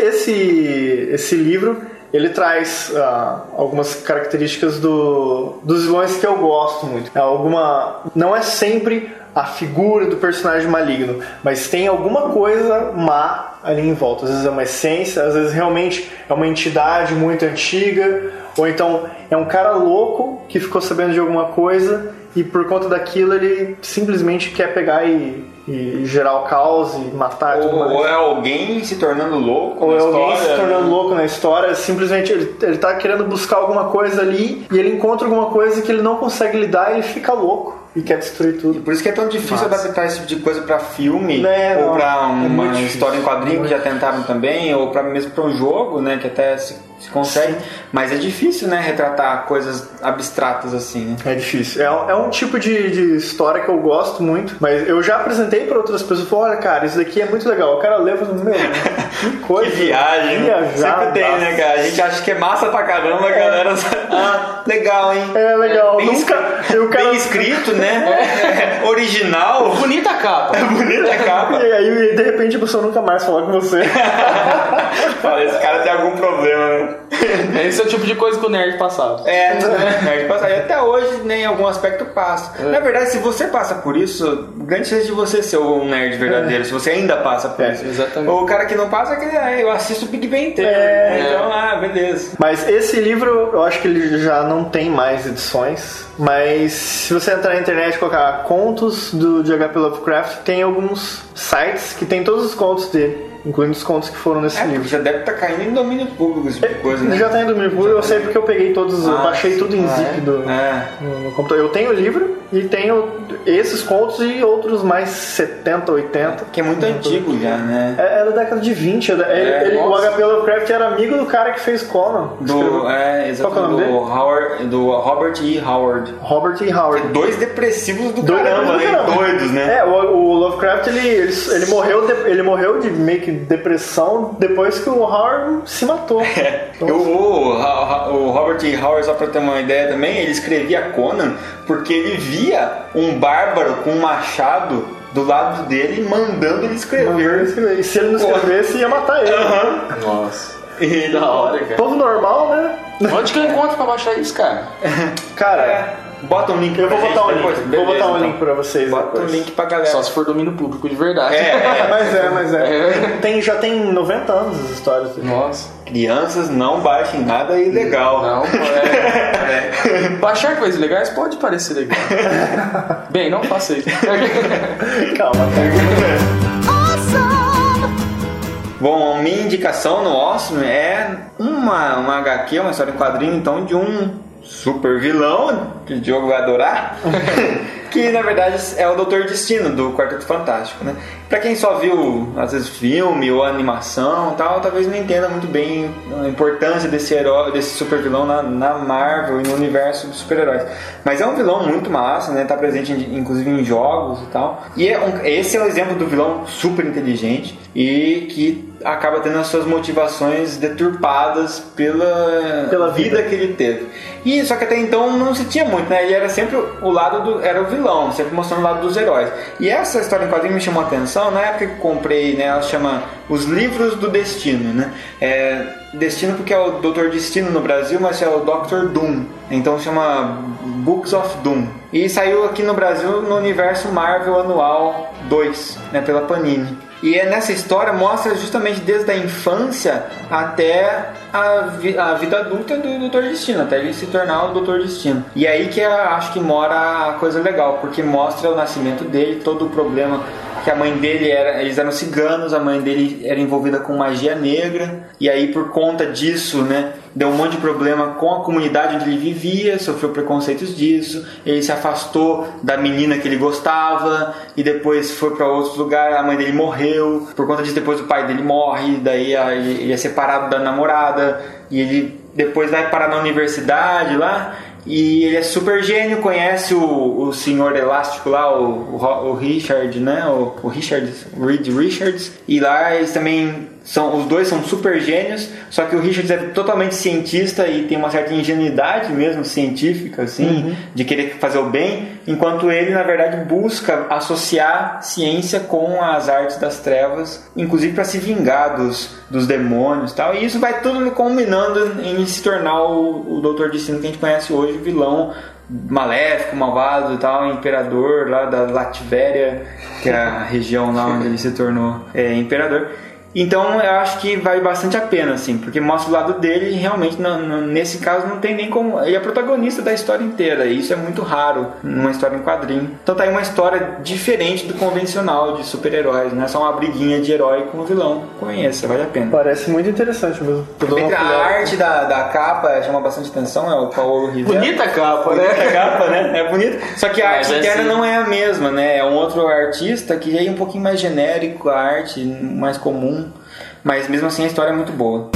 Esse livro, ele traz algumas características dos vilões que eu gosto muito. Não é sempre a figura do personagem maligno, mas tem alguma coisa má ali em volta. Às vezes é uma essência, às vezes realmente é uma entidade muito antiga, ou então é um cara louco que ficou sabendo de alguma coisa e por conta daquilo ele simplesmente quer pegar e gerar o caos e matar tudo mais. Ou é alguém se tornando louco na história. Ou é alguém se tornando louco na história. Simplesmente ele tá querendo buscar alguma coisa ali e ele encontra alguma coisa que ele não consegue lidar e ele fica louco e quer destruir tudo. E por isso que é tão difícil adaptar esse tipo de coisa pra filme, ou pra uma história em quadrinho que já tentaram também, ou mesmo pra um jogo, né, que até se consegue. Sim. Mas é difícil, né, retratar coisas abstratas assim, né? É difícil. É um tipo de história que eu gosto muito, mas eu já apresentei pra outras pessoas, falei, olha, cara, isso daqui é muito legal. O cara leva e meu, que coisa. Que viagem. Sempre tem, né, cara? A gente acha que é massa pra caramba, a galera... legal, hein? É legal. Bem escrito, né? Original. Bonita a capa. Bonita a capa. E aí, de repente, a pessoa nunca mais fala com você. Fala, esse cara tem algum problema, né? Esse é o tipo de coisa que o nerd passava. Nerd passava. E até hoje, nem em algum aspecto passa. Na verdade, se você passa por isso, grande chance de você ser um nerd verdadeiro, se você ainda passa por isso. Exatamente. O cara que não passa é que eu assisto o Big Bang inteiro. Então, beleza. Mas esse livro, eu acho que ele já não tem mais edições. Mas se você entrar na internet e colocar contos de H.P. Lovecraft, tem alguns sites que tem todos os contos dele, incluindo os contos que foram nesse livro. Já deve estar caindo em domínio público esse tipo de coisa, né? Já está em domínio público, eu sei porque eu peguei todos, eu baixei tudo em zip no computador. Eu tenho o livro e tenho esses contos e outros mais 70, 80. Que é muito antigo já, né? É da década de 20. O H.P. Lovecraft era amigo do cara que fez Conan. Exatamente. Qual é o nome dele? Do Robert E. Howard. Robert E. Howard. Dois depressivos do caramba, né? Doidos, né? O Lovecraft ele morreu de meio que depressão depois que o Howard se matou. O Robert E. Howard, só pra ter uma ideia também, ele escrevia Conan porque ele via um bárbaro com um machado do lado dele mandando ele escrever. E se ele não escrevesse, ia matar ele. Nossa. E da hora, cara. Povo normal, né? Onde que eu encontro pra baixar isso, cara? Cara... Bota um link. Eu vou botar um link. Vou botar um link pra vocês. Bota um link pra galera. Só se for domínio público de verdade. Mas já tem 90 anos as histórias. Nossa. Crianças, não baixem nada ilegal. Não, baixar coisas legais pode parecer legal. Bem, não faça isso. Calma, Bom, a minha indicação no Awesome é uma HQ, uma história em quadrinho, então, de um super vilão, que o Diogo vai adorar, que na verdade é o Doutor Destino do Quarteto Fantástico, né? Pra quem só viu às vezes filme ou animação e tal, talvez não entenda muito bem a importância desse herói, desse super vilão na Marvel e no universo dos super-heróis. Mas é um vilão muito massa, né? Tá presente inclusive em jogos e tal. E esse é um exemplo do vilão super inteligente e que acaba tendo as suas motivações deturpadas pela vida que ele teve. E só que até então não se tinha muito, né? Ele era sempre era o vilão, sempre mostrando o lado dos heróis. E essa história em quadrinho me chamou a atenção na época que eu comprei, né? Ela chama Os Livros do Destino, né? Destino porque é o Doutor Destino no Brasil, mas é o Dr. Doom. Então chama Books of Doom. E saiu aqui no Brasil no universo Marvel Anual 2, né? Pela Panini. E nessa história mostra justamente desde a infância até a vida adulta do Dr. Destino, até ele se tornar o Dr. Destino. E aí que acho que mora a coisa legal, porque mostra o nascimento dele, todo o problema que a mãe dele eles eram ciganos, a mãe dele era envolvida com magia negra, e aí por conta disso, né, deu um monte de problema com a comunidade onde ele vivia, sofreu preconceitos disso, ele se afastou da menina que ele gostava e depois foi para outro lugar, a mãe dele morreu, por conta disso depois o pai dele morre, daí ele é separado da namorada e ele depois vai parar na universidade lá. E ele é super gênio, conhece o senhor elástico lá, o Richard, né? O Reed Richards. E lá eles também os dois são super gênios, só que o Richards é totalmente cientista e tem uma certa ingenuidade mesmo científica, assim, de querer fazer o bem, enquanto ele, na verdade, busca associar ciência com as artes das trevas, inclusive para se vingar dos demônios e tal. E isso vai tudo combinando em se tornar o Doutor Destino que a gente conhece hoje, o vilão maléfico, malvado e tal, imperador lá da Latvéria, que é a região lá onde ele se tornou imperador. Então eu acho que vale bastante a pena, assim, porque mostra o lado dele e realmente nesse caso não tem nem como. Ele é protagonista da história inteira e isso é muito raro numa história em quadrinho. Então tá aí uma história diferente do convencional de super-heróis, não é só uma briguinha de herói com o vilão. Conheça, vale a pena. Parece muito interessante mesmo. A arte da capa chama bastante atenção, é o Paulo Rivera. Bonita capa, né? Bonita capa, né? É bonito. Só que a arte interna não é a mesma, né? É um outro artista que já é um pouquinho mais genérico, a arte mais comum. Mas mesmo assim a história é muito boa.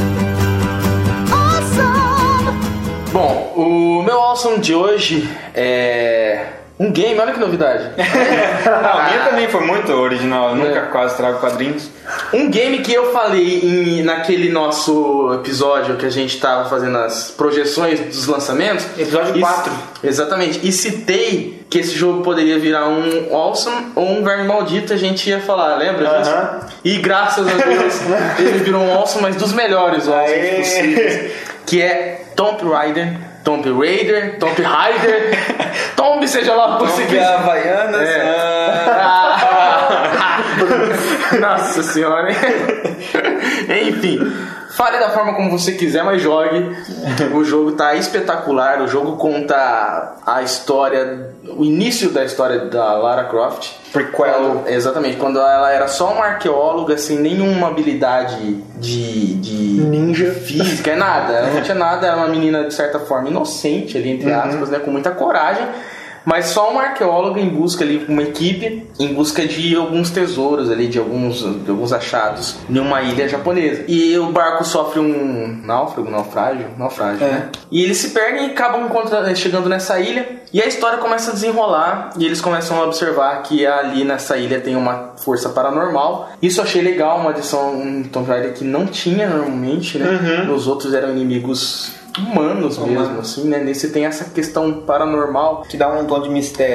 Awesome! Bom, o meu awesome de hoje é um game, olha que novidade. A minha também foi muito original, eu nunca quase trago quadrinhos. Um game que eu falei naquele nosso episódio que a gente tava fazendo as projeções dos lançamentos. Episódio 4. Exatamente. E citei que esse jogo poderia virar um Awesome ou um Verme Maldito, a gente ia falar, lembra disso? E graças a Deus ele virou um Awesome, mas dos melhores Awesomes possíveis. Que é Tomb Raider, Tomb Raider, Tomb, seja lá o que você quiser. Havaianas. Nossa senhora. Enfim, fale da forma como você quiser, mas jogue. O jogo tá espetacular. O jogo conta a história, o início da história da Lara Croft. Prequel. Exatamente, quando ela era só uma arqueóloga, sem nenhuma habilidade de ninja física, nada. Ela não tinha nada, era uma menina de certa forma inocente ali, entre aspas, né, com muita coragem. Mas só uma arqueóloga em busca ali, uma equipe em busca de alguns tesouros ali, de alguns achados em uma ilha japonesa. E o barco sofre um naufrágio, né? E eles se perdem e acabam chegando nessa ilha. E a história começa a desenrolar e eles começam a observar que ali nessa ilha tem uma força paranormal. Isso eu achei legal, uma adição em Tomb Raider que não tinha normalmente, né? Nos outros eram inimigos humanos mesmo, assim, né? Nesse tem essa questão paranormal que dá um tom de mistério.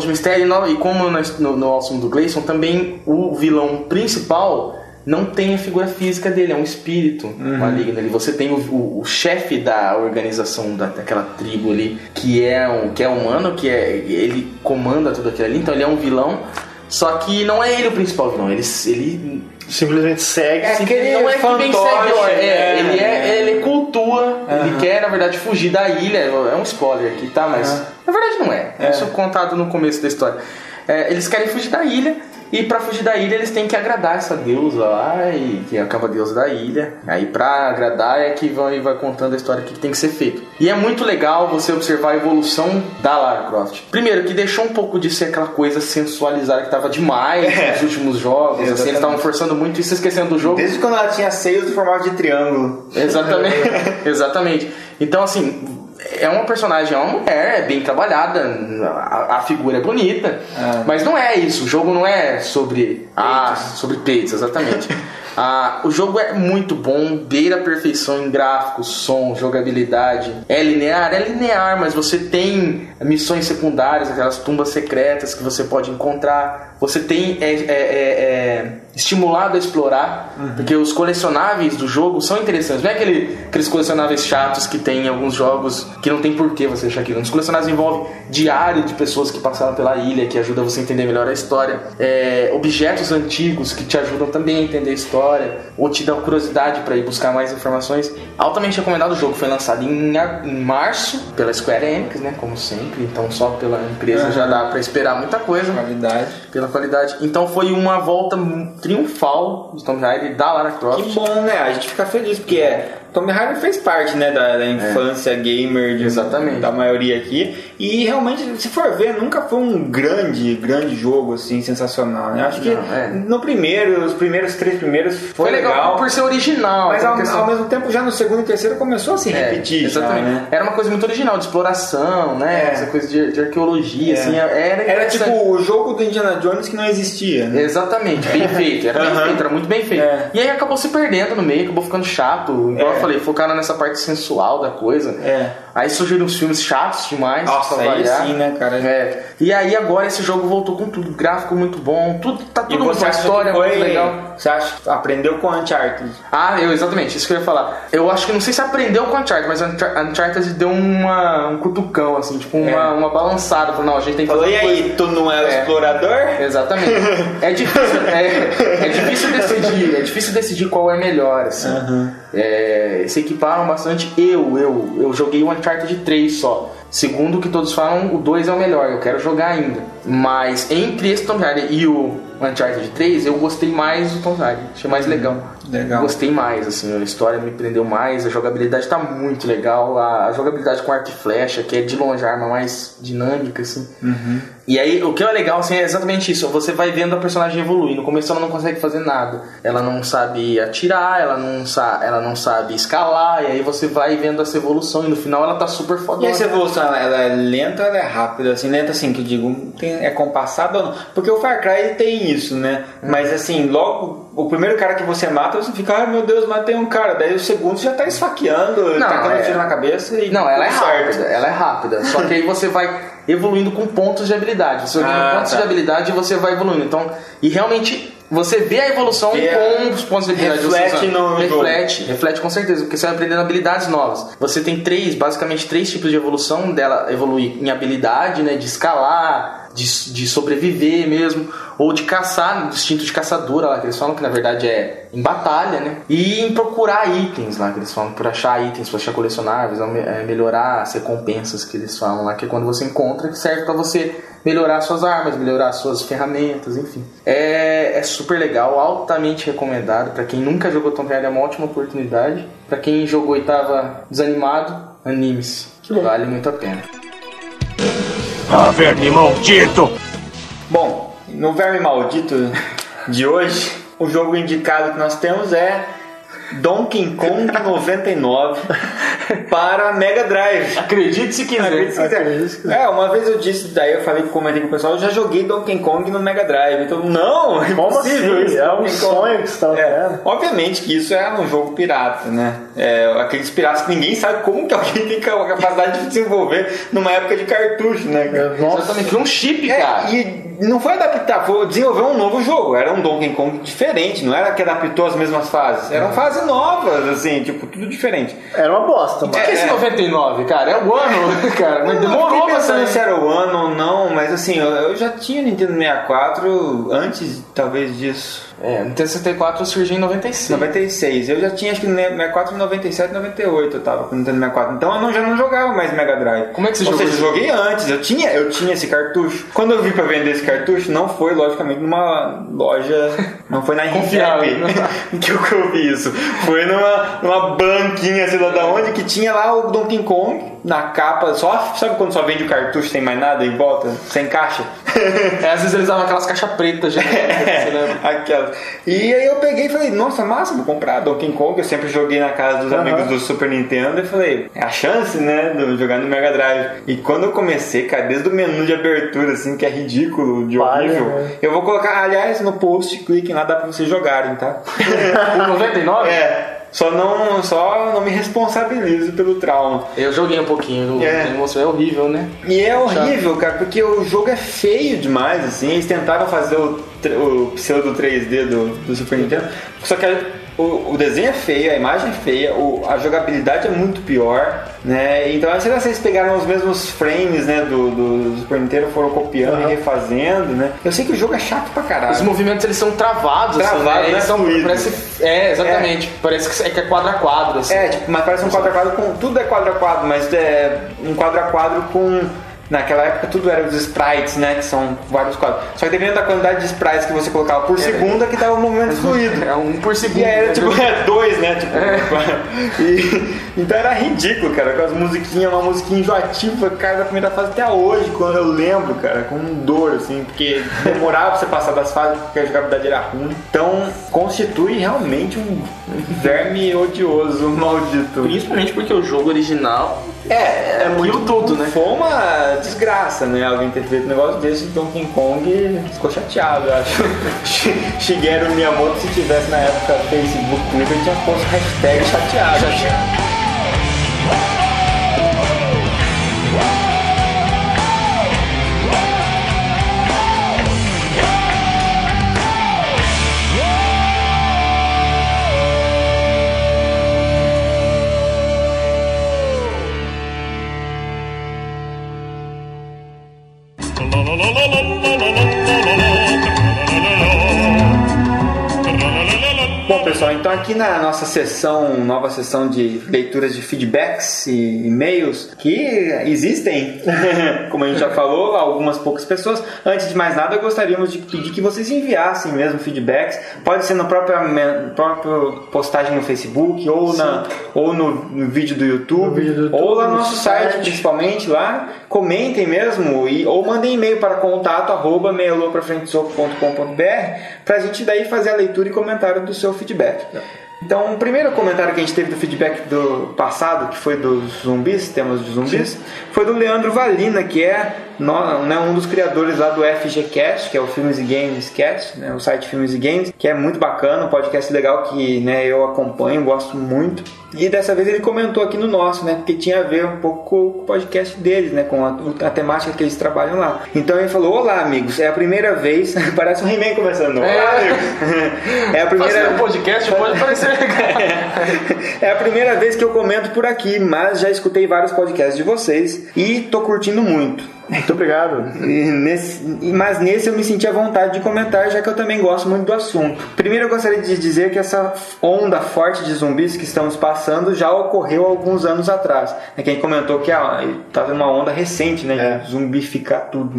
E como no Awesome do Gleason, também o vilão principal não tem a figura física dele, é um espírito maligno ali. Você tem o chefe da organização daquela tribo ali, que é humano, ele comanda tudo aquilo ali, então ele é um vilão. Só que não é ele o principal vilão, ele simplesmente segue. Não é que bem segue, ele cultua, ele quer na verdade fugir da ilha. É um spoiler aqui, tá? Mas na verdade não é. Isso é contado no começo da história. Eles querem fugir da ilha. E pra fugir da ilha eles têm que agradar essa deusa lá, que é a deusa da ilha. Aí pra agradar é que vai contando a história que tem que ser feito. E é muito legal você observar a evolução da Lara Croft. Primeiro, que deixou um pouco de ser aquela coisa sensualizada que tava demais nos últimos jogos. Assim, eles estavam forçando muito e se esquecendo do jogo. Desde quando ela tinha seios do formato de triângulo. Exatamente. Então assim, é uma personagem, é uma mulher, é bem trabalhada, a figura é bonita, mas não é isso. O jogo não é sobre peitos, exatamente. O jogo é muito bom, beira a perfeição em gráficos, som, jogabilidade. É linear, mas você tem missões secundárias, aquelas tumbas secretas que você pode encontrar. Você tem estimulado a explorar, porque os colecionáveis do jogo são interessantes. Não é aqueles colecionáveis chatos que tem em alguns jogos que não tem porquê você achar aquilo. Os colecionáveis envolvem diário de pessoas que passaram pela ilha, que ajuda você a entender melhor a história. Objetos antigos que te ajudam também a entender a história, ou te dão curiosidade para ir buscar mais informações. Altamente recomendado. O jogo foi lançado em março pela Square Enix, né? Como sempre. Então só pela empresa já dá para esperar muita coisa. Pela qualidade. Então foi uma volta triunfal de Tomb Raider da Lara Croft. Que bom, né? A gente fica feliz porque Tomb Raider fez parte, né, da infância gamer da maioria aqui. E realmente, se for ver, nunca foi um grande jogo, assim, sensacional, né? Acho que no primeiro, os primeiros 3 primeiros foi legal por ser original. Mas ao mesmo tempo, já no segundo e terceiro começou a se repetir. Exatamente. Já, né? Era uma coisa muito original, de exploração, né? Essa coisa de arqueologia, assim. Era tipo o jogo do Indiana Jones que não existia, né? Exatamente, bem feito. Era muito bem feito. E aí acabou se perdendo no meio, acabou ficando chato. Igual eu falei, focaram nessa parte sensual da coisa. Aí surgiram uns filmes chatos demais. Nossa, aí sim, né, cara? E aí agora esse jogo voltou com tudo, gráfico muito bom, tá tudo muito, a história muito legal. Você acha que aprendeu com Uncharted? Exatamente, isso que eu ia falar. Eu acho que não sei se aprendeu com Uncharted, mas Uncharted deu um cutucão, assim, tipo uma balançada. Falou, não, a gente tem que fazer. E aí, tu não é o explorador? Exatamente. É difícil decidir qual é melhor, assim. Se equiparam bastante. Eu joguei o Uncharted 3 só. Segundo o que todos falam, o 2 é o melhor, eu quero jogar ainda. Mas entre esse Tomb Raider e o Uncharted 3, eu gostei mais do Tomb Raider, achei mais legal. Gostei mais, assim, a história me prendeu mais, a jogabilidade tá muito legal, a jogabilidade com arco e flecha, que é de longe a arma mais dinâmica, assim. E aí, o que é legal, assim, é exatamente isso, você vai vendo a personagem evoluir. No começo ela não consegue fazer nada, ela não sabe atirar, ela não sabe escalar, e aí você vai vendo essa evolução, e no final ela tá super fodona. E essa evolução, ela é lenta ou ela é rápida? Assim, lenta assim, que eu digo, é compassada ou não? Porque o Far Cry tem isso, né? Mas assim, logo, o primeiro cara que você mata, você fica, ai meu Deus, matei um cara. Daí o segundo você já tá esfaqueando, tacando tiro na cabeça e não, ela é rápida. Só que aí você vai evoluindo com pontos de habilidade. Você ganha pontos de habilidade e você vai evoluindo. Então, e realmente você vê a evolução com os pontos de habilidade. Reflete com certeza, porque você vai aprendendo habilidades novas. Você tem basicamente três tipos de evolução dela. Evoluir em habilidade, né, de escalar, de sobreviver mesmo, ou de caçar, no instinto de caçadora lá, que eles falam que na verdade é em batalha, né? E em procurar itens lá, que eles falam, por achar itens, por achar colecionáveis, melhorar as recompensas que eles falam lá, que é quando você encontra, que serve pra você melhorar suas armas, melhorar suas ferramentas, enfim. É super legal, altamente recomendado. Pra quem nunca jogou Tomb Raider, é uma ótima oportunidade. Pra quem jogou e tava desanimado, anime-se, que vale muito a pena. Verme maldito! Bom, no Verme Maldito de hoje, o jogo indicado que nós temos é Donkey Kong 99 para Mega Drive. Acredite se quiser. Uma vez eu disse, daí eu comentei com o pessoal, eu já joguei Donkey Kong no Mega Drive. Então, não, é possível isso. É um sonho que você estava vendo. Obviamente que isso é um jogo pirata, né? Aqueles piratas que ninguém sabe como que alguém tem a capacidade de desenvolver numa época de cartucho, né? Exatamente, foi um chip, cara. E não foi adaptar, foi desenvolver um novo jogo. Era um Donkey Kong diferente, não era que adaptou as mesmas fases. Eram fases novas, assim, tipo, tudo diferente. Era uma bosta, mano. O que é esse 99, cara? É o ano, cara. Mas demorou pra sair. Não sei se era o ano ou não, mas assim, eu já tinha Nintendo 64 antes, talvez, disso. Nintendo 64 surgiu em 96. 96. Eu já tinha, acho que no 64, 97, 98 eu tava com o Nintendo 64. Então eu já não jogava mais Mega Drive. Como é que você jogou? Ou seja, eu joguei antes. Eu tinha esse cartucho. Quando eu vi pra vender esse cartucho, não foi, logicamente, numa loja... Não foi na Confiável que eu vi isso. Foi numa banquinha, sei lá da onde, que tinha lá o Donkey Kong na capa. Sabe quando só vende o cartucho sem mais nada em volta? Sem caixa? Às vezes eles davam aquelas caixas pretas, gente. Aquelas. E aí eu peguei e falei, nossa, massa, vou comprar Donkey Kong. Eu sempre joguei na casa dos amigos do Super Nintendo e falei, é a chance, né, de jogar no Mega Drive. E quando eu comecei, cara, desde o menu de abertura, assim, que é ridículo, de horrível, eu vou colocar, aliás, no post, cliquem lá, dá pra vocês jogarem, tá? O 99? Só não me responsabilizo pelo trauma. Eu joguei um pouquinho, é horrível, né? E é horrível, cara, porque o jogo é feio demais, assim. Eles tentaram fazer o pseudo 3D do Super Nintendo, só que o desenho é feio, a imagem é feia, a jogabilidade é muito pior, né? Então, sei lá se eles pegaram os mesmos frames, né, do Super Nintendo, foram copiando e refazendo, né? Eu sei que o jogo é chato pra caralho. Os movimentos, eles são travados, assim, né? Eles são exatamente. Parece que é quadro a quadro, assim. Mas parece um quadro a quadro com... Tudo é quadro a quadro, mas é um quadro a quadro com Naquela época tudo era os sprites, né? Que são vários quadros. Só que dependendo da quantidade de sprites que você colocava por segundo, é que dava o movimento fluido. É 1 por segundo. E era tipo 2, né? Então era ridículo, cara. Com as musiquinhas, uma musiquinha enjoativa, cara, da primeira fase até hoje, quando eu lembro, cara, com dor, assim, porque demorava pra você passar das fases porque a jogabilidade era ruim. Então constitui realmente um verme odioso, maldito. Principalmente porque o jogo original é muito tudo, né? Foi uma desgraça, né? Alguém ter feito um negócio desse, Donkey Kong ficou chateado, eu acho. Shigeru Miyamoto, se tivesse na época Facebook, Twitter, tinha posto hashtag chateado. Bom, pessoal, então aqui na nossa nova sessão de leituras de feedbacks e e-mails, que existem, como a gente já falou, algumas poucas pessoas. Antes de mais nada, gostaríamos de pedir que vocês enviassem mesmo feedbacks. Pode ser na própria postagem no Facebook, ou no vídeo do YouTube, ou lá no nosso site, principalmente lá. Comentem mesmo, ou mandem e-mail para contato@meialuaprafrentesoco.com.br pra gente daí fazer a leitura e comentário do seu feedback. Então, o primeiro comentário que a gente teve do feedback do passado, que foi dos zumbis, temas de zumbis, foi do Leandro Valina, que é um dos criadores lá do FGCast, que é o Filmes e Games Cast, né, o site Filmes e Games, que é muito bacana, um podcast legal que, né, eu acompanho, gosto muito. E dessa vez ele comentou aqui no nosso, né, porque tinha a ver um pouco com o podcast deles, né, com a temática que eles trabalham lá. Então ele falou: olá, amigos, é a primeira vez... Parece um He-Man começando. Olá, amigos. É a primeira... Fazer um podcast pode parecer legal. É a primeira vez que eu comento por aqui, mas já escutei vários podcasts de vocês e tô curtindo muito. Muito obrigado. Mas nesse eu me senti à vontade de comentar, já que eu também gosto muito do assunto. Primeiro eu gostaria de dizer que essa onda forte de zumbis que estamos passando já ocorreu alguns anos atrás. Que a gente comentou que estava uma onda recente, né, de zumbificar tudo.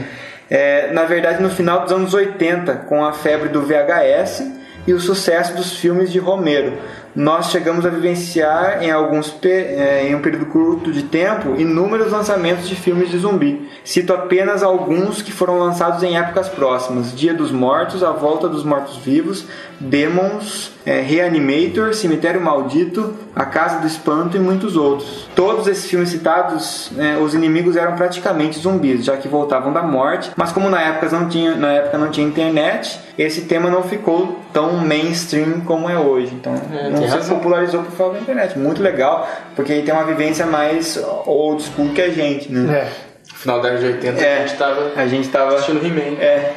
Na verdade, no final dos anos 80, com a febre do VHS e o sucesso dos filmes de Romero, nós chegamos a vivenciar em um período curto de tempo inúmeros lançamentos de filmes de zumbi. Cito apenas alguns que foram lançados em épocas próximas: Dia dos Mortos, A Volta dos Mortos-Vivos, Demons, Reanimator, Cemitério Maldito, A Casa do Espanto e muitos outros. Todos esses filmes citados, os inimigos eram praticamente zumbis, já que voltavam da morte, mas como na época não tinha internet, esse tema não ficou tão mainstream como é hoje. Então não se popularizou por falta da internet. Muito legal, porque aí tem uma vivência mais old school que a gente, né? No final da década de 80 a gente tava assistindo He-Man.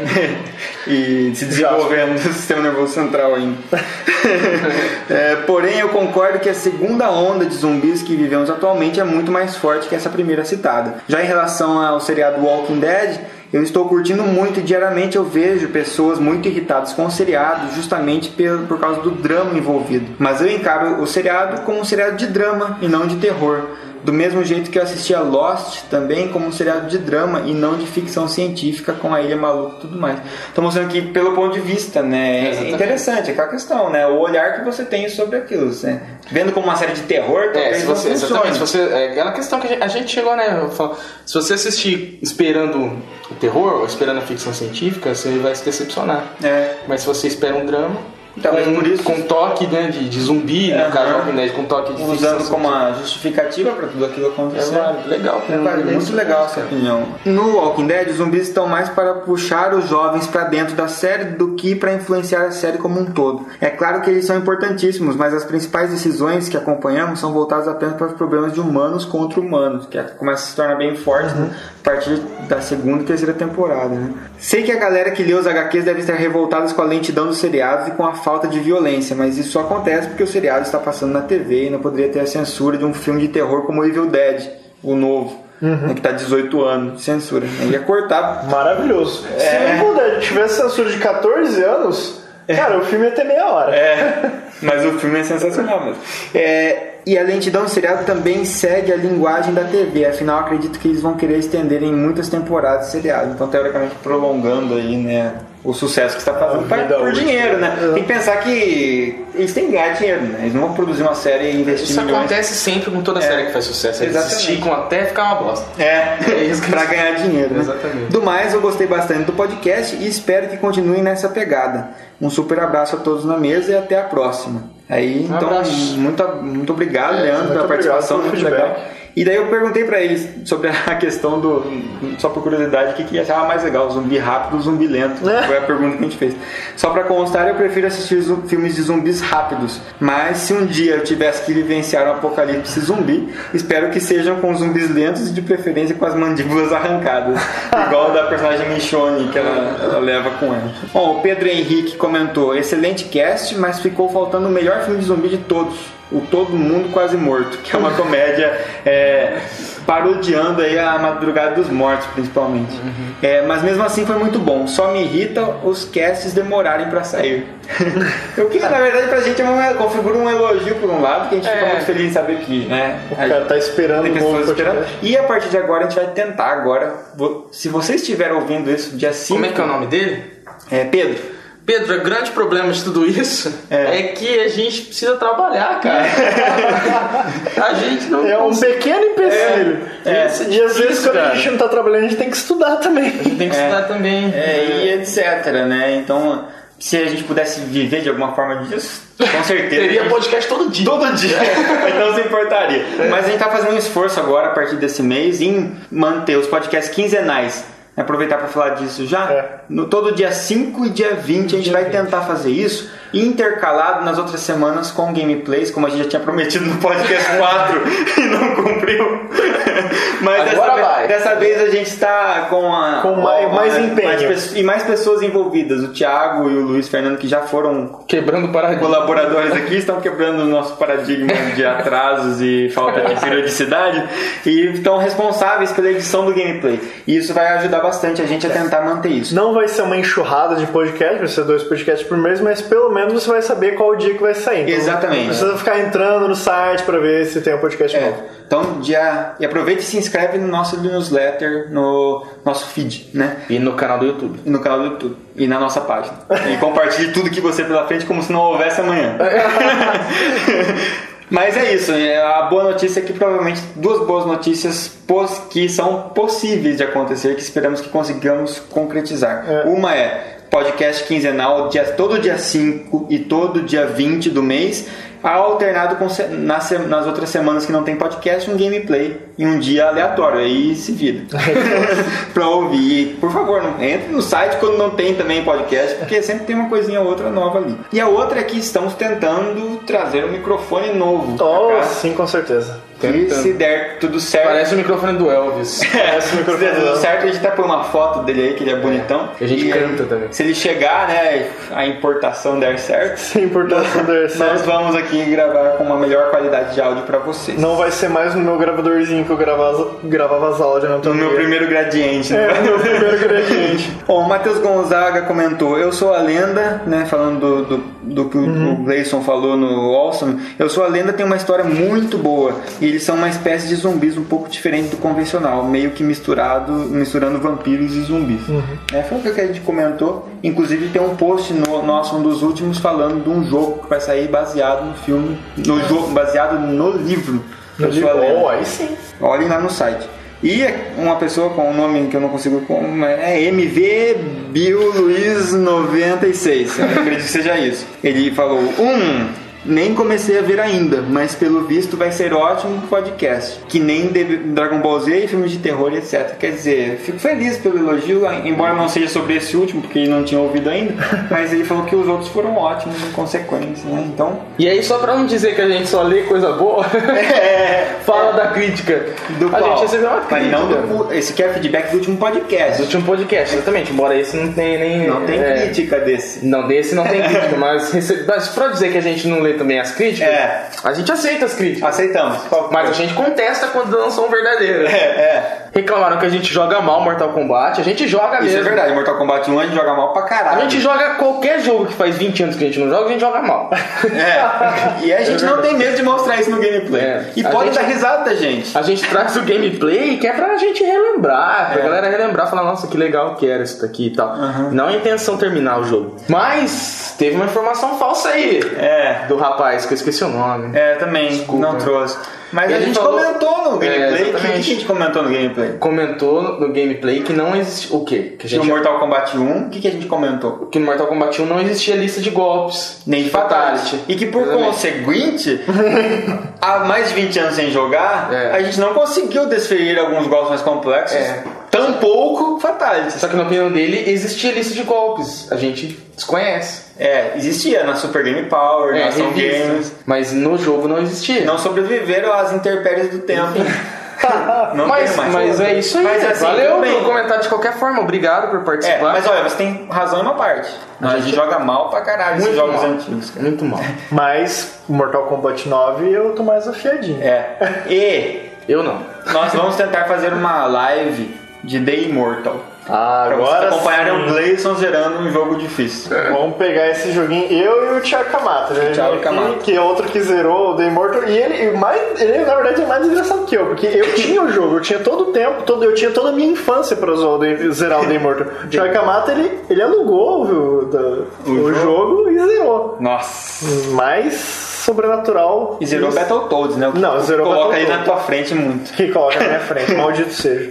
E se desenvolvendo no sistema nervoso central ainda. Porém, eu concordo que a segunda onda de zumbis que vivemos atualmente é muito mais forte que essa primeira citada. Já em relação ao seriado Walking Dead, eu estou curtindo muito e diariamente eu vejo pessoas muito irritadas com o seriado justamente por causa do drama envolvido. Mas eu encaro o seriado como um seriado de drama e não de terror. Do mesmo jeito que eu assistia Lost também como um seriado de drama e não de ficção científica com a Ilha Maluca e tudo mais. Estou mostrando aqui pelo ponto de vista, né? É interessante, é aquela questão, né? O olhar que você tem sobre aquilo, né? Vendo como uma série de terror, talvez não funcione. Exatamente, é aquela questão que a gente chegou, né? Se você assistir esperando o terror ou esperando a ficção científica, você vai se decepcionar. Mas se você espera um drama... Talvez por isso, com toque, né, de zumbi, no caso do Walking Dead, com toque de usando como uma justificativa para tudo aquilo acontecer. Legal. Muito legal essa opinião. No Walking Dead, os zumbis estão mais para puxar os jovens para dentro da série do que para influenciar a série como um todo. É claro que eles são importantíssimos, mas as principais decisões que acompanhamos são voltadas apenas para os problemas de humanos contra humanos, que começa a se tornar bem forte, né, a partir da segunda e terceira temporada, né? Sei que a galera que lê os HQs deve estar revoltadas com a lentidão dos seriados e com a falta de violência, mas isso só acontece porque o seriado está passando na TV e não poderia ter a censura de um filme de terror como Evil Dead, o novo, né, que está 18 anos de censura. Ia cortar. Maravilhoso. Se o Evil Dead tivesse censura de 14 anos, cara, o filme ia ter meia hora. Mas o filme é sensacional mesmo. E a lentidão do seriado também segue a linguagem da TV, afinal acredito que eles vão querer estender em muitas temporadas de seriado, então teoricamente prolongando aí, né, o sucesso que está fazendo por dinheiro, né? Tem que pensar que eles têm que ganhar dinheiro, né? Eles não vão produzir uma série e investir Isso milhões. acontece sempre com toda série que faz sucesso. Eles esticam até ficar uma bosta. É isso pra ganhar dinheiro, né? Exatamente. Do mais, eu gostei bastante do podcast e espero que continuem nessa pegada. Um super abraço a todos na mesa e até a próxima. Aí, então, muito obrigado, Leandro, pela participação, muito legal. E daí eu perguntei pra eles sobre a questão do, só por curiosidade, o que achava mais legal, zumbi rápido ou zumbi lento. Foi a pergunta que a gente fez. Só pra constar, eu prefiro assistir filmes de zumbis rápidos, mas se um dia eu tivesse que vivenciar um apocalipse zumbi, espero que sejam com zumbis lentos e de preferência com as mandíbulas arrancadas, igual da personagem Michonne que ela leva com ela. Bom, o Pedro Henrique comentou: excelente cast, mas ficou faltando o melhor filme de zumbi de todos, o Todo Mundo Quase Morto, que é uma comédia parodiando aí a Madrugada dos Mortos, principalmente. Mas mesmo assim foi muito bom. Só me irrita os casts demorarem pra sair. O que na verdade pra gente configura um elogio por um lado, que a gente fica muito feliz em saber que, né, o cara tá esperando, tem pessoas esperando. E a partir de agora a gente vai tentar agora, se você estiver ouvindo isso dia 5... Como é que é o nome dele? Pedro. Pedro, o grande problema de tudo isso é que a gente precisa trabalhar, cara. A gente não... É um pequeno empecilho. E às vezes quando a gente não tá trabalhando, a gente tem que estudar também. E etc, né? Então, se a gente pudesse viver de alguma forma disso, com certeza... Teria podcast todo dia. Todo dia. Então se importaria. Mas a gente tá fazendo um esforço agora, a partir desse mês, em manter os podcasts quinzenais. Aproveitar para falar disso já. Todo dia 5 e dia 20 a gente vai tentar fazer isso, intercalado nas outras semanas com gameplays, como a gente já tinha prometido no podcast 4 e não cumpriu. Mas dessa vez a gente está com mais empenho e mais pessoas envolvidas. O Thiago e o Luiz Fernando, que já foram quebrando colaboradores aqui, estão quebrando o nosso paradigma de atrasos e falta de periodicidade e estão responsáveis pela edição do gameplay. E isso vai ajudar bastante a gente a tentar manter isso. Não vai ser uma enxurrada de podcast, vai ser 2 podcasts por mês, mas pelo menos você vai saber qual o dia que vai sair. Então, exatamente. Não precisa ficar entrando no site para ver se tem um podcast novo. Então, e aproveite e se inscreve no nosso newsletter, no nosso feed, né? E no canal do YouTube. E na nossa página. E compartilhe tudo que você pela frente como se não houvesse amanhã. Mas é isso, a boa notícia é que provavelmente 2 boas notícias que são possíveis de acontecer, que esperamos que consigamos concretizar. Uma é podcast quinzenal todo dia 5 e todo dia 20 do mês, alternado com nas outras semanas que não tem podcast, um gameplay em um dia aleatório, aí se vira pra ouvir. E, por favor, entre no site quando não tem também podcast, porque sempre tem uma coisinha ou outra nova ali. E a outra é que estamos tentando trazer um microfone novo. Sim, com certeza. E se der tudo certo... Parece o microfone do Elvis. Se der tudo certo, a gente tá por uma foto dele aí, que ele é bonitão. A gente canta também. Se ele chegar, né, a importação der certo... Se a importação der certo... Nós vamos aqui gravar com uma melhor qualidade de áudio pra vocês. Não vai ser mais no meu gravadorzinho que eu gravava as áudios. No meu primeiro gradiente. No meu primeiro gradiente. Bom, o Matheus Gonzaga comentou: eu sou a lenda, né, falando do que o Gleison falou no Awesome. Eu sou a lenda, tem uma história muito boa. E eles são uma espécie de zumbis um pouco diferente do convencional, meio que misturando vampiros e zumbis. Foi o que a gente comentou. Inclusive tem um post nosso, um dos últimos, falando de um jogo que vai sair baseado no filme, baseado no livro. Aí sim. Olhem lá no site. E uma pessoa com um nome que eu não consigo, é MV Bill Luiz 96, eu acredito que seja isso. Ele falou: nem comecei a ver ainda, mas pelo visto vai ser ótimo podcast. Que nem Dragon Ball Z e filmes de terror, etc. Quer dizer, fico feliz pelo elogio, embora não seja sobre esse último, porque ele não tinha ouvido ainda. Mas ele falou que os outros foram ótimos em consequência, né? Então... E aí, só pra não dizer que a gente só lê coisa boa, fala da crítica. A gente recebeu uma crítica. Mas não esse aqui é feedback do último podcast. Do último podcast, exatamente. Embora esse não tenha nem... Não tem crítica desse. Não, desse não tem crítica, mas pra dizer que a gente não lê ler também as críticas? A gente aceita as críticas. Aceitamos. Mas a gente contesta quando não são verdadeiras. Reclamaram que a gente joga mal Mortal Kombat. A gente joga mesmo. Isso é verdade. Mortal Kombat 1 a gente joga mal pra caralho. A gente joga qualquer jogo que faz 20 anos que a gente não joga, a gente joga mal. E a gente não tem medo de mostrar isso no gameplay. E pode dar risada da gente. A gente traz o gameplay que é pra gente relembrar. Pra galera relembrar, falar, nossa, que legal que era isso daqui e tal. Não é a intenção terminar o jogo. Mas teve uma informação falsa aí. Do rapaz, que eu esqueci o nome. Também. Desculpa. Não trouxe. Mas a gente comentou no gameplay. O que a gente comentou no gameplay? Comentou no gameplay que não existe. O quê? Que no Mortal Kombat 1, o que a gente comentou? Que no Mortal Kombat 1 não existia lista de golpes. Nem de fatality. E que por conseguinte, há mais de 20 anos sem jogar, a gente não conseguiu desferir alguns golpes mais complexos. Tampouco fatality. Só que na opinião dele existia lista de golpes. A gente desconhece. Existia na Super Game Power, na Ação Games. Mas no jogo não existia. Não sobreviveram às intempéries do tempo. Não mas é isso aí. Mas, assim, valeu pelo comentário de qualquer forma. Obrigado por participar. Mas olha, você tem razão em uma parte. A gente joga mal pra caralho esses jogos antigos. Cara. Muito mal. Mas Mortal Kombat 9 eu tô mais afiadinho. E eu não. Nós vamos tentar fazer uma live de The Immortal. Pra vocês acompanharem o Gleison zerando um jogo difícil. Vamos pegar esse joguinho, eu e o Thiago Kamata, né? Que é outro que zerou o The Immortal. E ele na verdade é mais engraçado que eu, porque eu tinha o jogo, eu tinha todo o tempo, eu tinha toda a minha infância pra zerar o The Immortal. O Thiago Kamata, ele alugou o jogo e zerou. Nossa. Mais sobrenatural. E zerou Battletoads, né? Não, zerou Coloca aí na tua frente muito. Que coloca na minha frente, maldito seja.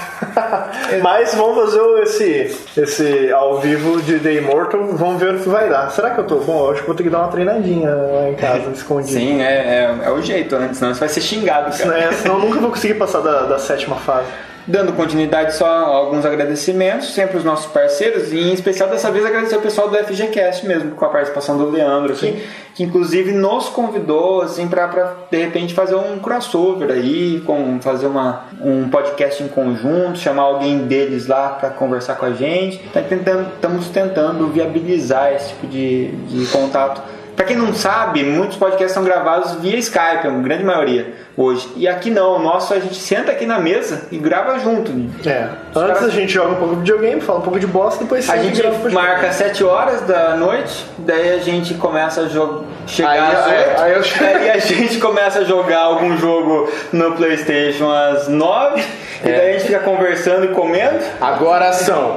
Mas vamos fazer esse ao vivo de The Immortal, vamos ver o que vai dar. Será que eu tô bom? Eu acho que vou ter que dar uma treinadinha lá em casa, escondido. Sim, é o jeito, né? Senão você vai ser xingado, cara. Senão eu nunca vou conseguir passar da 7ª fase. Dando continuidade, só alguns agradecimentos, sempre os nossos parceiros, e em especial dessa vez agradecer o pessoal do FGCast mesmo, com a participação do Leandro, assim, que inclusive nos convidou assim, pra de repente fazer um crossover aí, fazer um podcast em conjunto, chamar alguém deles lá pra conversar com a gente. Estamos tentando viabilizar esse tipo de contato. Pra quem não sabe, muitos podcasts são gravados via Skype, a grande maioria, hoje. E aqui não, o nosso a gente senta aqui na mesa e grava junto. Antes a gente joga um pouco de videogame, fala um pouco de bosta, depois a gente marca 7 horas da noite, daí a gente começa a chegar às 8, aí a gente começa a jogar algum jogo no PlayStation às 9, e daí a gente fica conversando e comendo. Agora são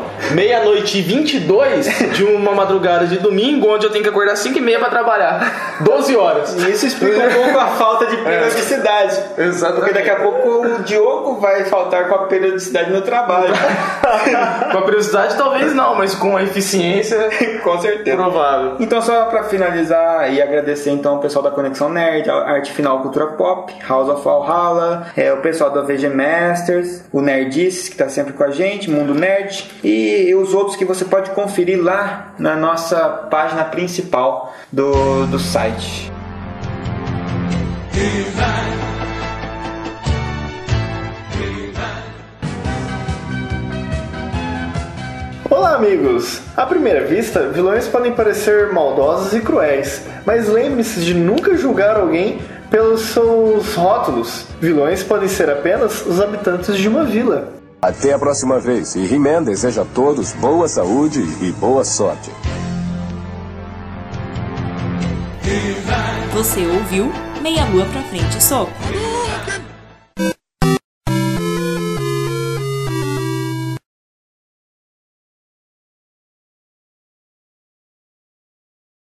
00:22 de uma madrugada de domingo, onde eu tenho que acordar 5:30 pra trabalhar. 12 horas. E isso explica um pouco a falta de periodicidade. Exatamente. Porque daqui a pouco o Diogo vai faltar com a periodicidade no trabalho. Com a periodicidade talvez não, mas com a eficiência com certeza. Provável. Então só pra finalizar e agradecer então o pessoal da Conexão Nerd, a Arte Final Cultura Pop, House of Valhalla, o pessoal da VG Masters, o Nerdices que tá sempre com a gente, Mundo Nerd, e os outros que você pode conferir lá na nossa página principal do site. Olá, amigos! À primeira vista, vilões podem parecer maldosos e cruéis, mas lembre-se de nunca julgar alguém pelos seus rótulos. Vilões podem ser apenas os habitantes de uma vila. Até a próxima vez, e He-Man deseja a todos boa saúde e boa sorte. Você ouviu Meia Lua pra Frente Soco.